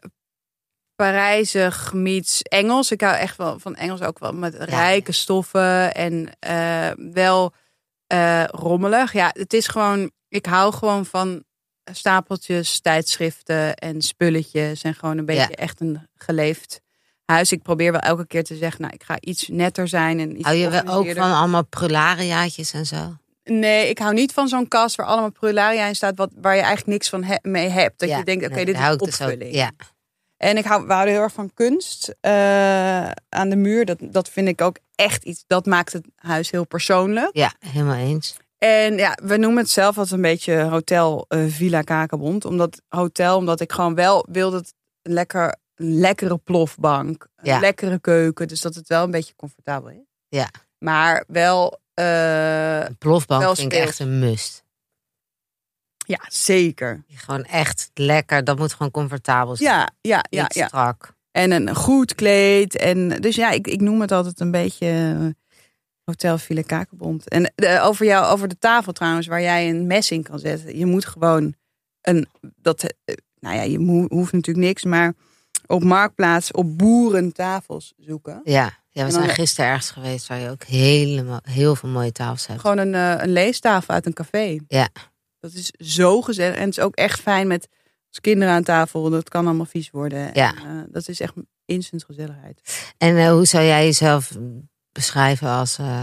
[SPEAKER 1] Parijzig meets Engels. Ik hou echt wel van Engels, ook wel met rijke stoffen en uh, wel uh, rommelig. Ja, het is gewoon, ik hou gewoon van stapeltjes, tijdschriften en spulletjes en gewoon een beetje ja. echt een geleefd huis. Ik probeer wel elke keer te zeggen, nou, ik ga iets netter zijn. En iets
[SPEAKER 2] hou je wel ook van allemaal prulariaatjes en zo?
[SPEAKER 1] Nee, ik hou niet van zo'n kast waar allemaal prularia in staat, wat, waar je eigenlijk niks van he- mee hebt. Dat
[SPEAKER 2] ja,
[SPEAKER 1] je denkt, oké,
[SPEAKER 2] nee,
[SPEAKER 1] dit is opvulling.
[SPEAKER 2] Dus ook, ja.
[SPEAKER 1] En ik hou, we houden heel erg van kunst uh, aan de muur. Dat, dat vind ik ook echt iets, dat maakt het huis heel persoonlijk.
[SPEAKER 2] Ja, helemaal eens.
[SPEAKER 1] En ja, we noemen het zelf als een beetje hotel uh, Villa Kakenbond. Omdat hotel, omdat ik gewoon wel wil dat een lekker, een lekkere plofbank, een
[SPEAKER 2] ja.
[SPEAKER 1] lekkere keuken. Dus dat het wel een beetje comfortabel is.
[SPEAKER 2] Ja.
[SPEAKER 1] Maar wel... Uh,
[SPEAKER 2] een plofbank
[SPEAKER 1] wel
[SPEAKER 2] vind ik echt een must.
[SPEAKER 1] Ja, zeker.
[SPEAKER 2] Gewoon echt lekker. Dat moet gewoon comfortabel zijn.
[SPEAKER 1] Ja, ja, ja.
[SPEAKER 2] Niet
[SPEAKER 1] ja.
[SPEAKER 2] strak.
[SPEAKER 1] En een goed kleed. En dus ja, ik, ik noem het altijd een beetje Hotel Villa Kakenbond. En de, over jou, over de tafel trouwens, waar jij een mes in kan zetten. Je moet gewoon een, dat, nou ja, je hoeft natuurlijk niks, maar op Marktplaats op boerentafels zoeken.
[SPEAKER 2] Ja, ja we
[SPEAKER 1] dan,
[SPEAKER 2] zijn gisteren ergens geweest waar je ook helemaal, heel veel mooie tafels hebt.
[SPEAKER 1] Gewoon een, een leestafel uit een café.
[SPEAKER 2] Ja.
[SPEAKER 1] Dat is zo gezellig. En het is ook echt fijn met als kinderen aan tafel. Dat kan allemaal vies worden.
[SPEAKER 2] Ja.
[SPEAKER 1] En, uh, dat is echt instant gezelligheid.
[SPEAKER 2] En uh, hoe zou jij jezelf beschrijven als uh,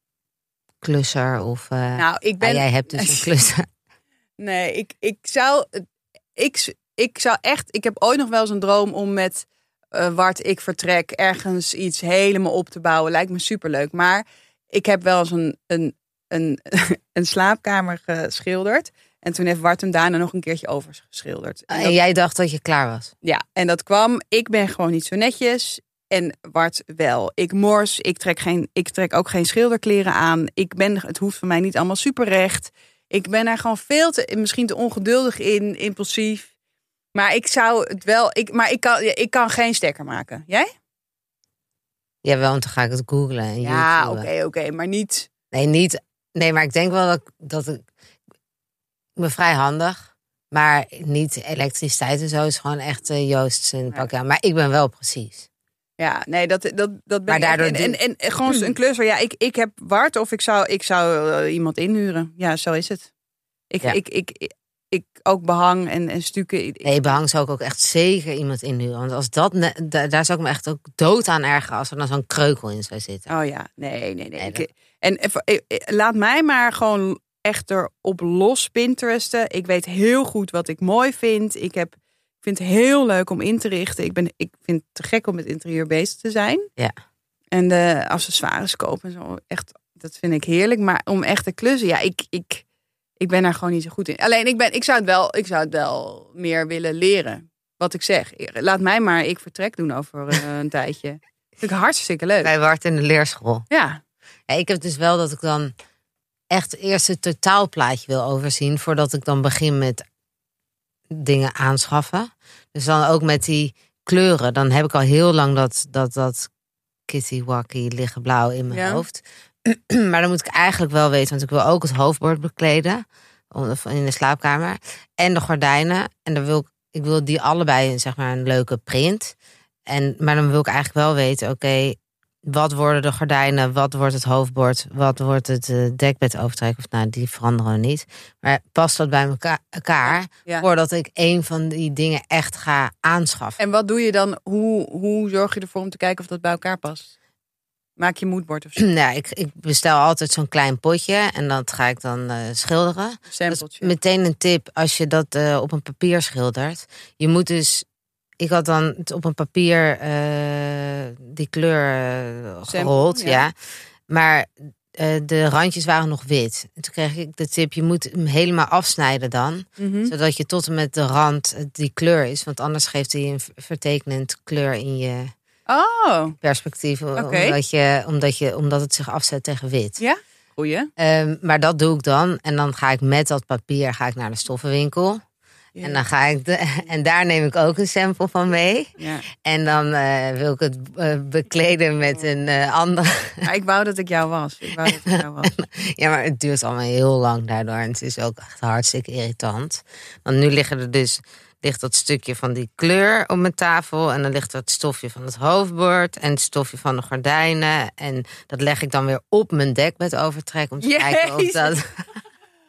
[SPEAKER 2] klusser? Of, uh,
[SPEAKER 1] nou, ik ben...
[SPEAKER 2] Ah, jij hebt dus een klusser.
[SPEAKER 1] Nee, ik, ik zou... Ik, ik zou echt... Ik heb ooit nog wel eens een droom om met uh, Wart, ik vertrek, ergens iets helemaal op te bouwen. Lijkt me superleuk. Maar ik heb wel eens een... een Een, een slaapkamer geschilderd. En toen heeft Wart hem daarna nog een keertje overgeschilderd.
[SPEAKER 2] En,
[SPEAKER 1] en,
[SPEAKER 2] dat, en jij dacht dat je klaar was?
[SPEAKER 1] Ja, en dat kwam. Ik ben gewoon niet zo netjes. En Wart wel. Ik mors. Ik trek, geen, ik trek ook geen schilderkleren aan. Ik ben, het hoeft voor mij niet allemaal super recht. Ik ben er gewoon veel te, misschien te ongeduldig in. Impulsief. Maar ik zou het wel... Ik, maar ik kan, ik kan geen stekker maken. Jij?
[SPEAKER 2] Jawel, want dan ga ik het googlen. En
[SPEAKER 1] ja, oké, oké. Okay, maar niet...
[SPEAKER 2] Nee, niet... Nee, maar ik denk wel dat, dat ik... Ik ben vrij handig. Maar niet elektriciteit en zo. Is gewoon echt uh, Joost zijn pak aan. Maar ik ben wel precies.
[SPEAKER 1] Ja, nee, dat, dat, dat ben
[SPEAKER 2] maar
[SPEAKER 1] ik
[SPEAKER 2] daardoor
[SPEAKER 1] en, en, en, en gewoon een klusser. Ja, ik, ik heb Wart of ik zou, ik zou uh, iemand inhuren. Ja, zo is het. Ik,
[SPEAKER 2] ja.
[SPEAKER 1] ik, ik, ik, ik ook behang en, en stukken. Ik,
[SPEAKER 2] nee, behang zou ik ook echt zeker iemand inhuren. Want als dat, da, daar zou ik me echt ook dood aan ergeren als er dan zo'n kreukel in zou zitten.
[SPEAKER 1] Oh ja, nee, nee, nee.
[SPEAKER 2] nee
[SPEAKER 1] ik, en even, laat mij maar gewoon echt erop los Pinteresten. Ik weet heel goed wat ik mooi vind. Ik heb, ik vind het heel leuk om in te richten. Ik, ben, ik vind het te gek om met interieur bezig te zijn.
[SPEAKER 2] Ja.
[SPEAKER 1] En de accessoires kopen en zo. Echt, dat vind ik heerlijk. Maar om echt te klussen, ja, ik, ik, ik ben daar gewoon niet zo goed in. Alleen, ik, ben, ik, zou het wel, ik zou het wel meer willen leren. Wat ik zeg. Laat mij maar ik vertrek doen over uh, een tijdje. Dat vind ik hartstikke leuk.
[SPEAKER 2] Bij Wart in de leerschool.
[SPEAKER 1] Ja.
[SPEAKER 2] Ja, ik heb dus wel dat ik dan echt eerst het totaalplaatje wil overzien voordat ik dan begin met dingen aanschaffen. Dus dan ook met die kleuren. Dan heb ik al heel lang dat, dat, dat kitty wacky liggen blauw in mijn ja. hoofd. Maar dan moet ik eigenlijk wel weten, want ik wil ook het hoofdbord bekleden in de slaapkamer en de gordijnen. En dan wil ik, ik wil die allebei zeg maar een leuke print. En maar dan wil ik eigenlijk wel weten, oké, okay, wat worden de gordijnen? Wat wordt het hoofdbord? Wat wordt het uh, dekbed overtrek? Of nou, die veranderen we niet. Maar past dat bij elkaar ja. voordat ik een van die dingen echt ga aanschaffen?
[SPEAKER 1] En wat doe je dan? Hoe, hoe zorg je ervoor om te kijken of dat bij elkaar past? Maak je moodboard of zo?
[SPEAKER 2] Nou, ik, ik bestel altijd zo'n klein potje en dat ga ik dan uh, schilderen.
[SPEAKER 1] Sampletje.
[SPEAKER 2] Meteen een tip als je dat uh, op een papier schildert. Je moet dus... Ik had dan op een papier uh, die kleur uh, gerold, Sample, ja. ja. Maar uh, de randjes waren nog wit. En toen kreeg ik de tip, je moet hem helemaal afsnijden dan. Mm-hmm. Zodat je tot en met de rand die kleur is. Want anders geeft hij een vertekenend kleur in je
[SPEAKER 1] oh.
[SPEAKER 2] perspectief.
[SPEAKER 1] Okay.
[SPEAKER 2] Omdat, je, omdat, je, omdat het zich afzet tegen wit.
[SPEAKER 1] Ja, goeie.
[SPEAKER 2] Um, maar dat doe ik dan. En dan ga ik met dat papier ga ik naar de stoffenwinkel. Ja. En dan ga ik de, en daar neem ik ook een sample van mee.
[SPEAKER 1] Ja.
[SPEAKER 2] En dan uh, wil ik het uh, bekleden met een uh, ander.
[SPEAKER 1] Maar ik wou dat ik jou was. Ik wou dat ik jou was.
[SPEAKER 2] Ja, maar het duurt allemaal heel lang daardoor. En het is ook echt hartstikke irritant. Want nu liggen er dus ligt dat stukje van die kleur op mijn tafel. En dan ligt er het stofje van het hoofdbord. En het stofje van de gordijnen. En dat leg ik dan weer op mijn dekbed overtrek. Om te Jezus. kijken of dat...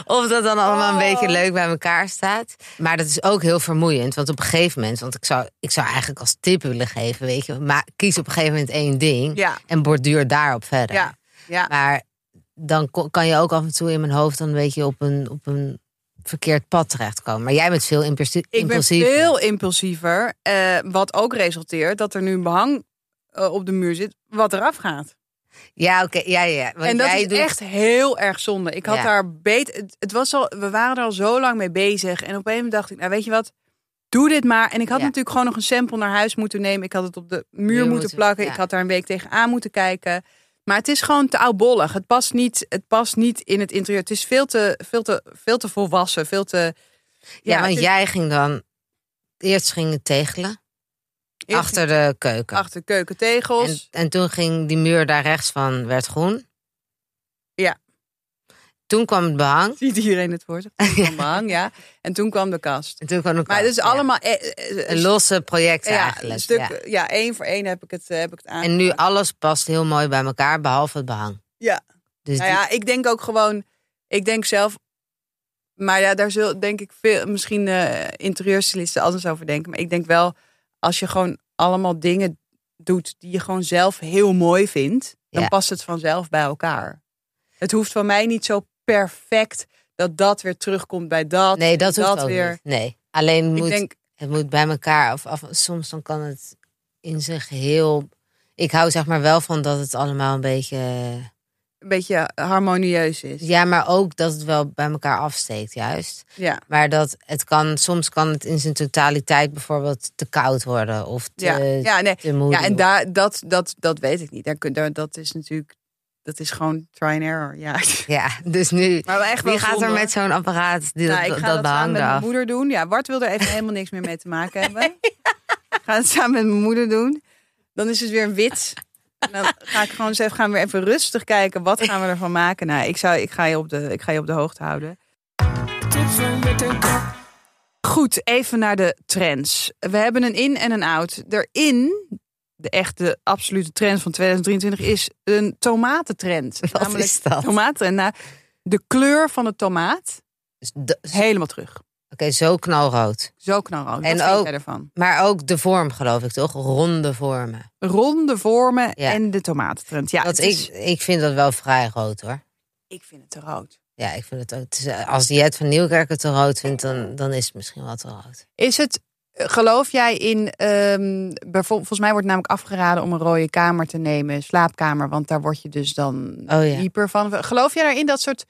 [SPEAKER 2] of dat dan allemaal
[SPEAKER 1] Oh.
[SPEAKER 2] een beetje leuk bij elkaar staat. Maar dat is ook heel vermoeiend. Want op een gegeven moment, want ik zou, ik zou eigenlijk als tip willen geven, weet je, maar kies op een gegeven moment één ding
[SPEAKER 1] Ja.
[SPEAKER 2] en borduur daarop verder.
[SPEAKER 1] Ja. Ja.
[SPEAKER 2] Maar dan ko- kan je ook af en toe in mijn hoofd dan een beetje op een, op een verkeerd pad terechtkomen. Maar jij bent veel impulsie-
[SPEAKER 1] Ik ben
[SPEAKER 2] impulsiever.
[SPEAKER 1] veel impulsiever. eh, wat ook resulteert dat er nu een behang eh, op de muur zit wat eraf gaat.
[SPEAKER 2] Ja, oké. Ja, ja. Want
[SPEAKER 1] En dat
[SPEAKER 2] jij
[SPEAKER 1] is
[SPEAKER 2] doet...
[SPEAKER 1] echt heel erg zonde. Ik had
[SPEAKER 2] Ja.
[SPEAKER 1] daar beter. Het, het was al, we waren er al zo lang mee bezig. En op een gegeven moment dacht ik, nou weet je wat, doe dit maar. En ik had
[SPEAKER 2] Ja.
[SPEAKER 1] natuurlijk gewoon nog een sample naar huis moeten nemen. Ik had het op de muur,
[SPEAKER 2] Muur
[SPEAKER 1] moeten
[SPEAKER 2] moeten-
[SPEAKER 1] plakken.
[SPEAKER 2] ja.
[SPEAKER 1] Ik had daar een week tegenaan moeten kijken. Maar het is gewoon te oudbollig. Het past niet, het past niet in het interieur. Het is veel te, veel te, veel te volwassen. Veel te.
[SPEAKER 2] Ja,
[SPEAKER 1] het
[SPEAKER 2] want
[SPEAKER 1] is-
[SPEAKER 2] jij ging dan... Eerst ging het tegelen.
[SPEAKER 1] Eerst
[SPEAKER 2] Achter de keuken.
[SPEAKER 1] achter de keukentegels.
[SPEAKER 2] En, en toen ging die muur daar rechts van, werd groen.
[SPEAKER 1] Ja.
[SPEAKER 2] Toen kwam het behang.
[SPEAKER 1] Ziet iedereen het voor zich? Toen kwam behang, ja. En toen kwam de kast.
[SPEAKER 2] En toen kwam de
[SPEAKER 1] Maar het is
[SPEAKER 2] kast, ja.
[SPEAKER 1] allemaal eh, eh,
[SPEAKER 2] Een losse project
[SPEAKER 1] ja,
[SPEAKER 2] eigenlijk.
[SPEAKER 1] een stuk,
[SPEAKER 2] ja.
[SPEAKER 1] ja, één voor één heb ik het, eh, heb ik het aan.
[SPEAKER 2] En nu alles past heel mooi bij elkaar, behalve het behang.
[SPEAKER 1] Ja.
[SPEAKER 2] Dus
[SPEAKER 1] Nou ja, ik denk ook gewoon, ik denk zelf, maar ja, daar zullen denk ik veel, misschien uh, interieurstylisten anders over denken. Maar ik denk wel, als je gewoon allemaal dingen doet die je gewoon zelf heel mooi vindt, dan
[SPEAKER 2] Ja.
[SPEAKER 1] past het vanzelf bij elkaar. Het hoeft van mij niet zo perfect dat dat weer terugkomt bij dat.
[SPEAKER 2] die, nee, dat
[SPEAKER 1] en
[SPEAKER 2] hoeft
[SPEAKER 1] dat
[SPEAKER 2] ook
[SPEAKER 1] weer.
[SPEAKER 2] niet. Nee, alleen
[SPEAKER 1] Ik
[SPEAKER 2] moet,
[SPEAKER 1] denk,
[SPEAKER 2] het moet bij elkaar. Of, of soms dan kan het in zijn geheel... Ik hou zeg maar wel van dat het allemaal een beetje...
[SPEAKER 1] een beetje harmonieus is.
[SPEAKER 2] Ja, maar ook dat het wel bij elkaar afsteekt, juist.
[SPEAKER 1] Ja.
[SPEAKER 2] Maar dat het kan, soms kan het in zijn totaliteit bijvoorbeeld te koud worden of te,
[SPEAKER 1] Ja, ja, nee.
[SPEAKER 2] te moedig.
[SPEAKER 1] Ja, en daar, dat, dat, dat weet ik niet. Daar, kun- daar, dat is natuurlijk, dat is gewoon try and error. Ja.
[SPEAKER 2] Ja, dus nu,
[SPEAKER 1] Maar wel echt wel
[SPEAKER 2] wie gaat
[SPEAKER 1] zonde,
[SPEAKER 2] er
[SPEAKER 1] hoor.
[SPEAKER 2] met zo'n apparaat die
[SPEAKER 1] Nou,
[SPEAKER 2] dat,
[SPEAKER 1] ik ga
[SPEAKER 2] dat
[SPEAKER 1] dat,
[SPEAKER 2] behang
[SPEAKER 1] samen met mijn
[SPEAKER 2] eraf?
[SPEAKER 1] moeder doen. Ja, Bart wil er even helemaal niks meer mee te maken hebben. Ik ga het samen met mijn moeder doen. Dan is het weer een wit. En dan ga ik gewoon zeggen, gaan we weer even rustig kijken. Wat gaan we ervan maken? Nou, ik, zou, ik, ga, je op de, ik ga je op de hoogte houden. Goed, even naar de trends. We hebben een in en een out. Erin, de echte absolute trend van tweeduizend drieëntwintig is een tomatentrend.
[SPEAKER 2] Wat
[SPEAKER 1] Namelijk
[SPEAKER 2] is dat?
[SPEAKER 1] tomaten. Nou, de kleur van de tomaat
[SPEAKER 2] Dus de-
[SPEAKER 1] is helemaal terug.
[SPEAKER 2] Oké, zo knalrood.
[SPEAKER 1] Zo knalrood.
[SPEAKER 2] En
[SPEAKER 1] Wat vind
[SPEAKER 2] ook-
[SPEAKER 1] jij ervan?
[SPEAKER 2] Maar ook de vorm, geloof ik, toch? Ronde vormen.
[SPEAKER 1] Ronde vormen
[SPEAKER 2] Ja.
[SPEAKER 1] en de tomatentrend. Ja,
[SPEAKER 2] Want
[SPEAKER 1] het is-
[SPEAKER 2] ik, ik vind dat wel vrij rood, hoor.
[SPEAKER 1] ik vind het te rood.
[SPEAKER 2] Ja, ik vind het ook. Het is, eh, als Jet van Nieuwkerk het te rood vindt, dan, dan is het misschien wel te rood.
[SPEAKER 1] Is het, geloof jij in, ehm, bijvoorbeeld, volgens mij wordt namelijk afgeraden om een rode kamer te nemen, slaapkamer, want daar word je dus dan
[SPEAKER 2] Oh ja.
[SPEAKER 1] dieper van. Geloof jij daarin dat soort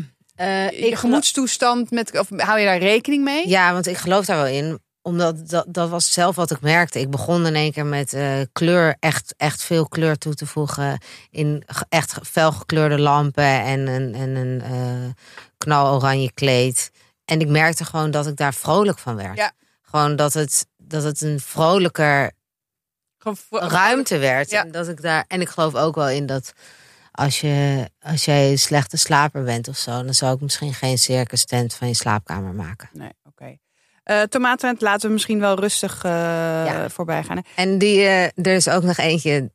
[SPEAKER 2] Uh,
[SPEAKER 1] je gemoedstoestand, met, of hou je daar rekening mee?
[SPEAKER 2] Ja, want ik geloof daar wel in. Omdat dat, dat was zelf wat ik merkte. Ik begon in één keer met uh, kleur, echt, echt veel kleur toe te voegen. In ge- echt felgekleurde lampen en een, en een uh, knaloranje kleed. En ik merkte gewoon dat ik daar vrolijk van werd.
[SPEAKER 1] Ja.
[SPEAKER 2] Gewoon dat het, dat het een vrolijker
[SPEAKER 1] Gewoon vo-
[SPEAKER 2] ruimte werd.
[SPEAKER 1] Ja.
[SPEAKER 2] En, dat ik daar, en ik geloof ook wel in dat als, je, als jij een slechte slaper bent of zo, dan zou ik misschien geen circus tent van je slaapkamer maken.
[SPEAKER 1] Nee, oké. Okay. Uh, tomatentrend laten we misschien wel rustig uh, ja. voorbij gaan. Hè?
[SPEAKER 2] En die, uh, er is ook nog eentje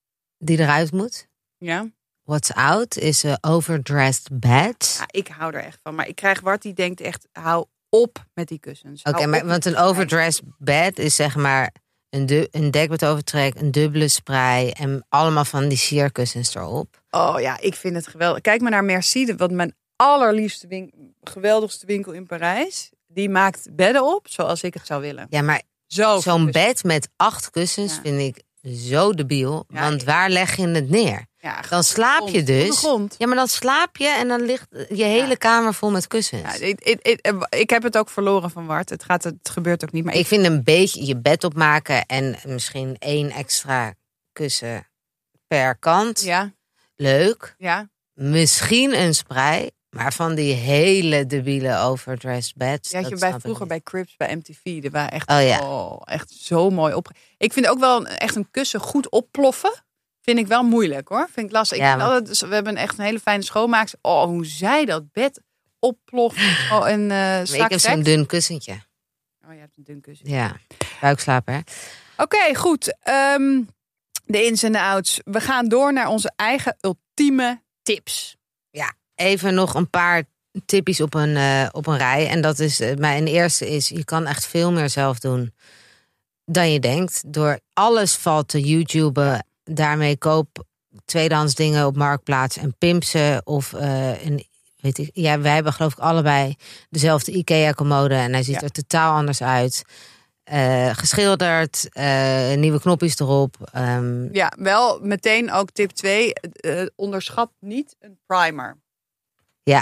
[SPEAKER 2] die eruit moet.
[SPEAKER 1] Ja.
[SPEAKER 2] What's out is een overdressed bed.
[SPEAKER 1] Ja, ik hou er echt van. Maar ik krijg Bart die denkt echt, hou op met die kussens.
[SPEAKER 2] Oké, okay, want een overdressed bed is zeg maar een, du- een dekbedovertrek, een dubbele sprei en allemaal van die sierkussens erop.
[SPEAKER 1] Oh ja, ik vind het geweldig. Kijk maar naar Merci, wat mijn allerliefste winkel, geweldigste winkel in Parijs. Die maakt bedden op zoals ik het zou willen.
[SPEAKER 2] Ja, maar
[SPEAKER 1] Zo
[SPEAKER 2] zo'n bed met acht kussens ja. vind ik zo debiel. Ja, want waar leg je het neer?
[SPEAKER 1] Ja,
[SPEAKER 2] dan slaap je dus. Ja, maar dan slaap je en dan ligt je hele ja. kamer vol met kussens.
[SPEAKER 1] Ja, it, it, it, ik heb het ook verloren van Wart. Het, gaat, het gebeurt ook niet. Maar
[SPEAKER 2] ik,
[SPEAKER 1] ik
[SPEAKER 2] vind een beetje je bed opmaken en misschien één extra kussen per kant.
[SPEAKER 1] Ja.
[SPEAKER 2] Leuk.
[SPEAKER 1] Ja.
[SPEAKER 2] Misschien een sprei. Maar van die hele debiele overdressed beds.
[SPEAKER 1] Ja, had je bij, vroeger bij Cribs, bij M T V. Die waren echt,
[SPEAKER 2] oh, ja.
[SPEAKER 1] oh, echt zo mooi op. Ik vind ook wel echt een kussen goed opploffen. Vind ik wel moeilijk hoor. Vind ik lastig.
[SPEAKER 2] Ja,
[SPEAKER 1] ik maar... altijd, we hebben echt een hele fijne schoonmaakster. Oh, hoe zij dat bed opploft. Oh, en, uh,
[SPEAKER 2] ik heb zo'n dun kussentje.
[SPEAKER 1] Oh, je hebt een dun kussentje.
[SPEAKER 2] Ja, buikslaper. Oké,
[SPEAKER 1] okay, goed. Um, de ins en de outs. We gaan door naar onze eigen ultieme tips.
[SPEAKER 2] Ja, even nog een paar tippies op een, uh, op een rij. En dat is, uh, mijn eerste is, je kan echt veel meer zelf doen dan je denkt. Door alles valt te YouTuben. Daarmee koop tweedehands dingen op Marktplaats en pimp ze. Of uh, een, weet ik, ja, wij hebben geloof ik allebei dezelfde IKEA-commode. En hij ziet ja. er totaal anders uit. Uh, geschilderd, uh, nieuwe knopjes erop. Um...
[SPEAKER 1] Ja, wel meteen ook tip twee. Uh, onderschat niet een primer.
[SPEAKER 2] Ja.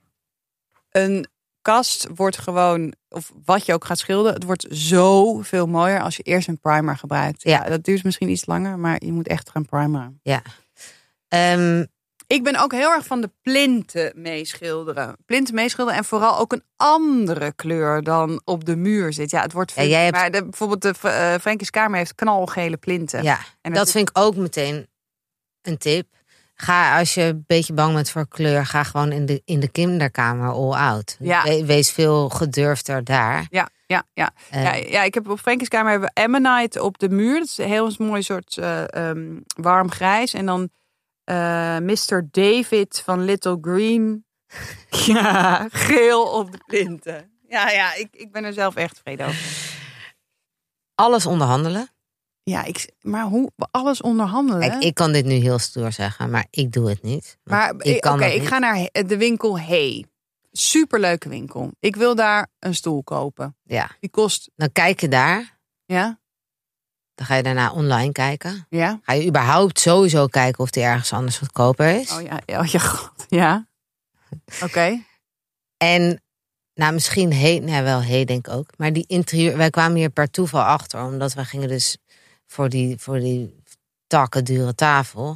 [SPEAKER 1] Een kast wordt gewoon, of wat je ook gaat schilderen, het wordt zoveel mooier als je eerst een primer gebruikt. Ja, ja dat duurt misschien iets langer, maar je moet echt gaan primeren.
[SPEAKER 2] Ja. Um...
[SPEAKER 1] Ik ben ook heel erg van de plinten meeschilderen. Plinten meeschilderen en vooral ook een andere kleur dan op de muur zit. Ja, het wordt veel, ja, hebt... maar de, bijvoorbeeld de uh, Frankie's kamer heeft knalgele plinten.
[SPEAKER 2] Ja, en dat zit... vind ik ook meteen een tip. Ga, als je een beetje bang bent voor kleur, ga gewoon in de, in de kinderkamer all out.
[SPEAKER 1] Ja.
[SPEAKER 2] We, wees veel gedurfder daar.
[SPEAKER 1] Ja, ja, ja. Uh, ja, ja ik heb op Frankie's kamer hebben we Ammonite op de muur. Dat is een heel mooi soort uh, um, warm grijs. En dan uh, mister David van Little Green. Ja, geel op de plinten. Ja, ja, ik, ik ben er zelf echt tevreden over.
[SPEAKER 2] Alles onderhandelen.
[SPEAKER 1] Ja, ik, maar hoe alles onderhandelen?
[SPEAKER 2] Kijk, ik kan dit nu heel stoer zeggen, maar ik doe het niet.
[SPEAKER 1] Maar oké, okay, ik ga naar de winkel Hey. Superleuke winkel. Ik wil daar een stoel kopen.
[SPEAKER 2] Ja.
[SPEAKER 1] Die kost...
[SPEAKER 2] Dan kijk je daar.
[SPEAKER 1] Ja.
[SPEAKER 2] Dan ga je daarna online kijken.
[SPEAKER 1] Ja.
[SPEAKER 2] Ga je überhaupt sowieso kijken of die ergens anders goedkoper is.
[SPEAKER 1] Oh ja, oh ja, god. Ja. Oké. Okay.
[SPEAKER 2] En nou, misschien Hey, nou wel Hey denk ik ook. Maar die interieur, wij kwamen hier per toeval achter, omdat wij gingen dus voor die, voor die takken dure tafel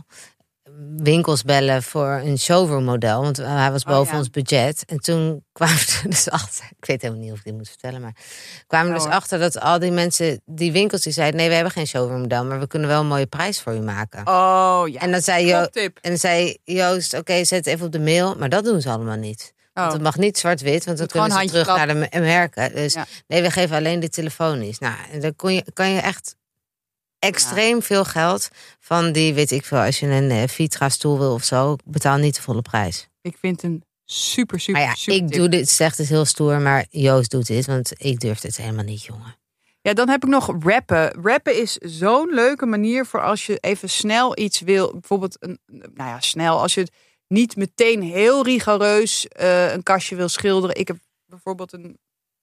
[SPEAKER 2] winkels bellen voor een showroom model, want hij was boven oh, ja. ons budget. En toen kwamen we er dus achter, ik weet helemaal niet of ik dit moet vertellen, maar kwamen we oh, dus achter dat al die mensen, die winkels, die zeiden, nee, we hebben geen showroom model, maar we kunnen wel een mooie prijs voor u maken.
[SPEAKER 1] Oh ja.
[SPEAKER 2] En dan zei, jo- en dan zei Joost, oké, okay, zet het even op de mail, maar dat doen ze allemaal niet. Oh. Want het mag niet zwart-wit, want dan kunnen ze terug klap. naar de merken. Dus ja. nee, we geven alleen dit telefonisch. Nou, en dan kon je, kan je echt extreem ja. veel geld van die, weet ik veel, als je een uh, Vitra-stoel wil of zo, betaal niet de volle prijs.
[SPEAKER 1] Ik vind een super, super,
[SPEAKER 2] maar ja,
[SPEAKER 1] super
[SPEAKER 2] ik
[SPEAKER 1] tip.
[SPEAKER 2] doe dit, zegt het heel stoer, maar Joost doet dit, want ik durf dit helemaal niet, jongen.
[SPEAKER 1] Ja, dan heb ik nog rappen. Rappen is zo'n leuke manier voor als je even snel iets wil. Bijvoorbeeld, een, nou ja, snel. Als je het niet meteen heel rigoureus uh, een kastje wil schilderen. Ik heb bijvoorbeeld een,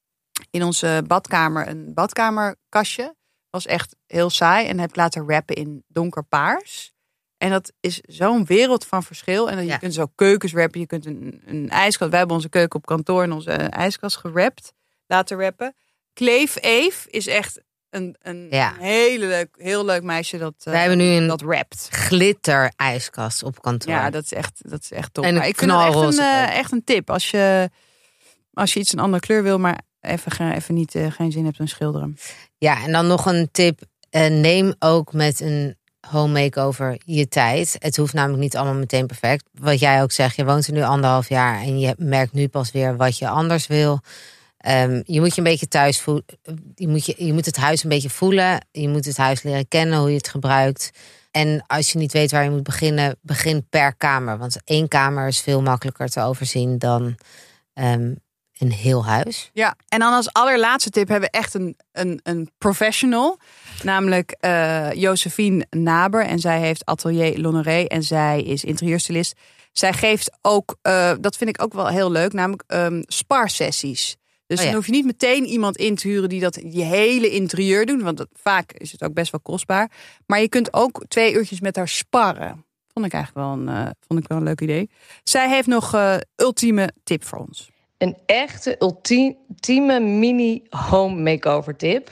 [SPEAKER 1] in onze badkamer een badkamerkastje. Was echt heel saai en heb laten rappen in donkerpaars. En dat is zo'n wereld van verschil. En je ja. kunt zo keukens rappen. Je kunt een, een ijskast. Wij hebben onze keuken op kantoor en onze ijskast gerapt. Laten rappen. Kleef Eve is echt een, een, ja. een hele leuk, heel leuk meisje dat uh,
[SPEAKER 2] wij hebben nu een
[SPEAKER 1] dat rapt.
[SPEAKER 2] Glitter ijskast op kantoor.
[SPEAKER 1] Ja, dat is echt, dat is echt top.
[SPEAKER 2] En
[SPEAKER 1] maar ik vind het echt een, uh, echt een tip. Als je, als je iets een andere kleur wil, maar even, even niet, uh, geen zin hebt in schilderen.
[SPEAKER 2] Ja, en dan nog een tip. Uh, neem ook met een home makeover je tijd. Het hoeft namelijk niet allemaal meteen perfect. Wat jij ook zegt, je woont er nu anderhalf jaar en je merkt nu pas weer wat je anders wil. Um, je moet je een beetje thuis voelen. Je moet, je, je moet het huis een beetje voelen. Je moet het huis leren kennen, hoe je het gebruikt. En als je niet weet waar je moet beginnen, begin per kamer. Want één kamer is veel makkelijker te overzien dan um, een heel huis.
[SPEAKER 1] Ja, en dan als allerlaatste tip hebben we echt een, een, een professional. Namelijk uh, Josephine Naber. En zij heeft Atelier Lonoré. En zij is interieurstylist. Zij geeft ook, uh, dat vind ik ook wel heel leuk, namelijk um, sparsessies. Dus oh ja. dan hoef je niet meteen iemand in te huren die dat je hele interieur doet. Want dat, vaak is het ook best wel kostbaar. Maar je kunt ook twee uurtjes met haar sparren. Vond ik eigenlijk wel een, uh, vond ik wel een leuk idee. Zij heeft nog uh, ultieme tip voor ons.
[SPEAKER 3] Een echte ultieme mini home makeover tip.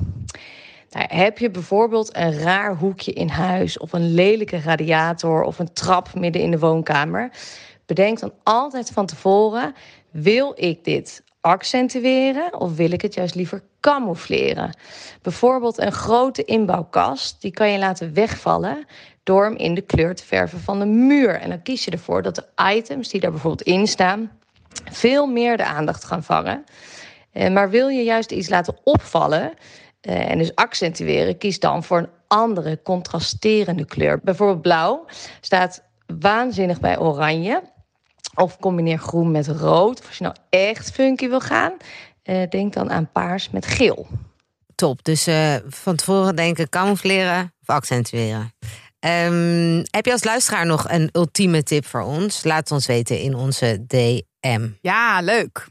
[SPEAKER 3] Nou, heb je bijvoorbeeld een raar hoekje in huis of een lelijke radiator of een trap midden in de woonkamer? Bedenk dan altijd van tevoren, wil ik dit accentueren of wil ik het juist liever camoufleren? Bijvoorbeeld een grote inbouwkast, die kan je laten wegvallen door hem in de kleur te verven van de muur. En dan kies je ervoor dat de items die daar bijvoorbeeld in staan veel meer de aandacht gaan vangen. Maar wil je juist iets laten opvallen en dus accentueren, kies dan voor een andere contrasterende kleur. Bijvoorbeeld blauw staat waanzinnig bij oranje. Of combineer groen met rood. Of als je nou echt funky wil gaan, uh, denk dan aan paars met geel.
[SPEAKER 2] Top, dus uh, van tevoren denken camoufleren of accentueren. Um, heb je als luisteraar nog een ultieme tip voor ons? Laat het ons weten in onze D M.
[SPEAKER 1] Ja, leuk.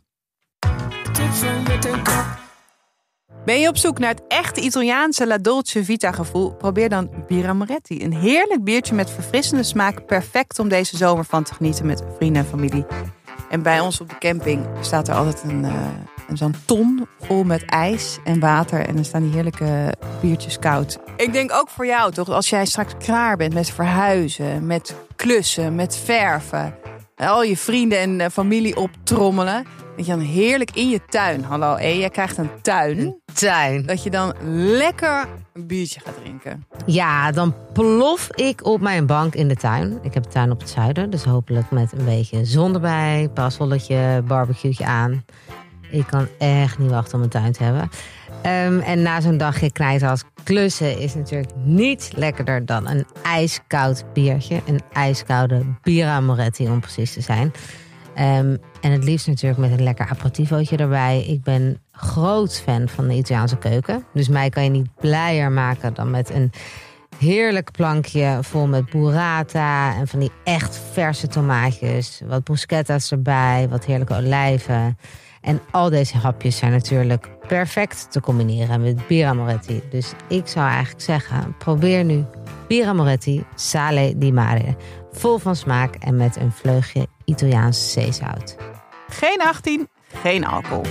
[SPEAKER 1] Ben je op zoek naar het echte Italiaanse La Dolce Vita gevoel? Probeer dan Birra Moretti. Een heerlijk biertje met verfrissende smaak. Perfect om deze zomer van te genieten met vrienden en familie. En bij ons op de camping staat er altijd een, uh, een zo'n ton vol met ijs en water. En dan staan die heerlijke biertjes koud. Ik denk ook voor jou toch, als jij straks klaar bent met verhuizen, met klussen, met verven. Al je vrienden en familie optrommelen. Dat je dan heerlijk in je tuin, hallo hé, jij krijgt een tuin.
[SPEAKER 2] Een tuin.
[SPEAKER 1] Dat je dan lekker een biertje gaat drinken.
[SPEAKER 2] Ja, dan plof ik op mijn bank in de tuin. Ik heb een tuin op het zuiden, dus hopelijk met een beetje zon erbij. Parasolletje, barbecue'tje aan. Ik kan echt niet wachten om een tuin te hebben. Um, en na zo'n dagje knijten als klussen is natuurlijk niet lekkerder dan een ijskoud biertje. Een ijskoude Birra Moretti om precies te zijn. Um, en het liefst natuurlijk met een lekker aperitivootje erbij. Ik ben groot fan van de Italiaanse keuken. Dus mij kan je niet blijer maken dan met een heerlijk plankje vol met burrata en van die echt verse tomaatjes. Wat bruschetta's erbij, wat heerlijke olijven. En al deze hapjes zijn natuurlijk perfect te combineren met Birra Moretti. Dus ik zou eigenlijk zeggen, probeer nu Birra Moretti Sale di Mare. Vol van smaak en met een vleugje Italiaans zeezout.
[SPEAKER 1] Geen achttien, geen alcohol.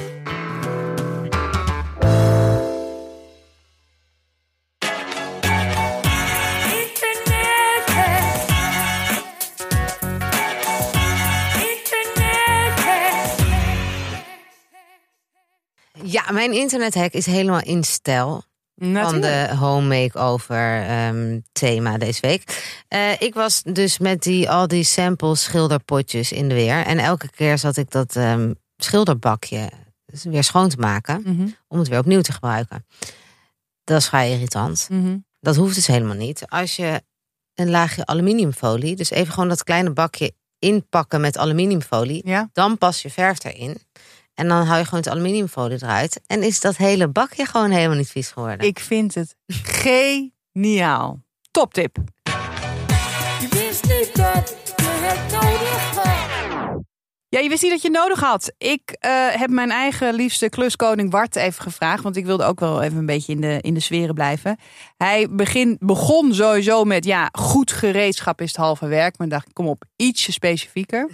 [SPEAKER 2] Ja, mijn internethack is helemaal in stijl. Natuurlijk. Van de home makeover um, thema deze week. Uh, ik was dus met die, al die samples schilderpotjes in de weer. En elke keer zat ik dat um, schilderbakje weer schoon te maken. Mm-hmm. Om het weer opnieuw te gebruiken. Dat is vrij irritant. Mm-hmm. Dat hoeft dus helemaal niet. Als je een laagje aluminiumfolie, dus even gewoon dat kleine bakje inpakken met aluminiumfolie. Ja. Dan pas je verf erin. En dan hou je gewoon het aluminiumfolie eruit. En is dat hele bakje gewoon helemaal niet vies geworden.
[SPEAKER 1] Ik vind het geniaal. Toptip. Je wist niet dat je het nodig had. Ja, je wist niet dat je het nodig had. Ik uh, heb mijn eigen liefste kluskoning Bart even gevraagd. Want ik wilde ook wel even een beetje in de, in de sferen blijven. Hij begin, begon sowieso met, ja, goed gereedschap is het halve werk. Maar dacht ik, kom op, ietsje specifieker.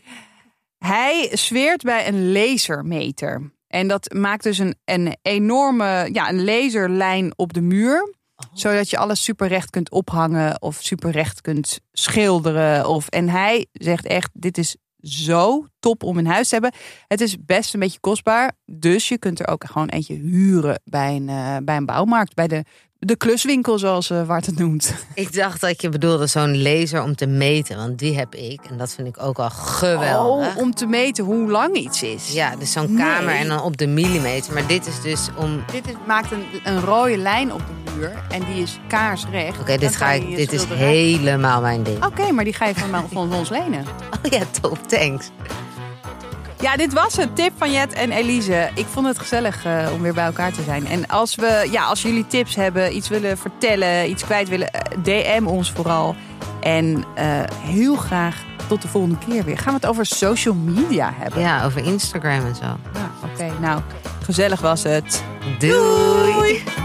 [SPEAKER 1] Hij zweert bij een lasermeter. En dat maakt dus een, een enorme ja, een laserlijn op de muur. Oh. Zodat je alles super recht kunt ophangen of super recht kunt schilderen. Of, en hij zegt echt, dit is zo top om in huis te hebben. Het is best een beetje kostbaar. Dus je kunt er ook gewoon eentje huren bij een, uh, bij een bouwmarkt. Bij de, de kluswinkel, zoals uh, Bart het noemt.
[SPEAKER 2] Ik dacht dat je bedoelde zo'n laser om te meten. Want die heb ik. En dat vind ik ook al geweldig.
[SPEAKER 1] Oh, om te meten hoe lang iets is.
[SPEAKER 2] Ja, dus zo'n nee. kamer en dan op de millimeter. Maar dit is dus om...
[SPEAKER 1] Dit is, maakt een, een rode lijn op de muur. En die is kaarsrecht.
[SPEAKER 2] Oké, okay, dit, ga ik, dit is helemaal mijn ding.
[SPEAKER 1] Oké, okay, maar die ga je van, van ons lenen.
[SPEAKER 2] Oh ja, top. Thanks.
[SPEAKER 1] Ja, dit was het. Tip van Jet en Elise. Ik vond het gezellig uh, om weer bij elkaar te zijn. En als, we, ja, als jullie tips hebben, iets willen vertellen, iets kwijt willen, D M ons vooral. En uh, heel graag tot de volgende keer weer. Gaan we het over social media hebben?
[SPEAKER 2] Ja, over Instagram en zo.
[SPEAKER 1] Ja, oké. Okay, nou, gezellig was het.
[SPEAKER 2] Doei! Doei.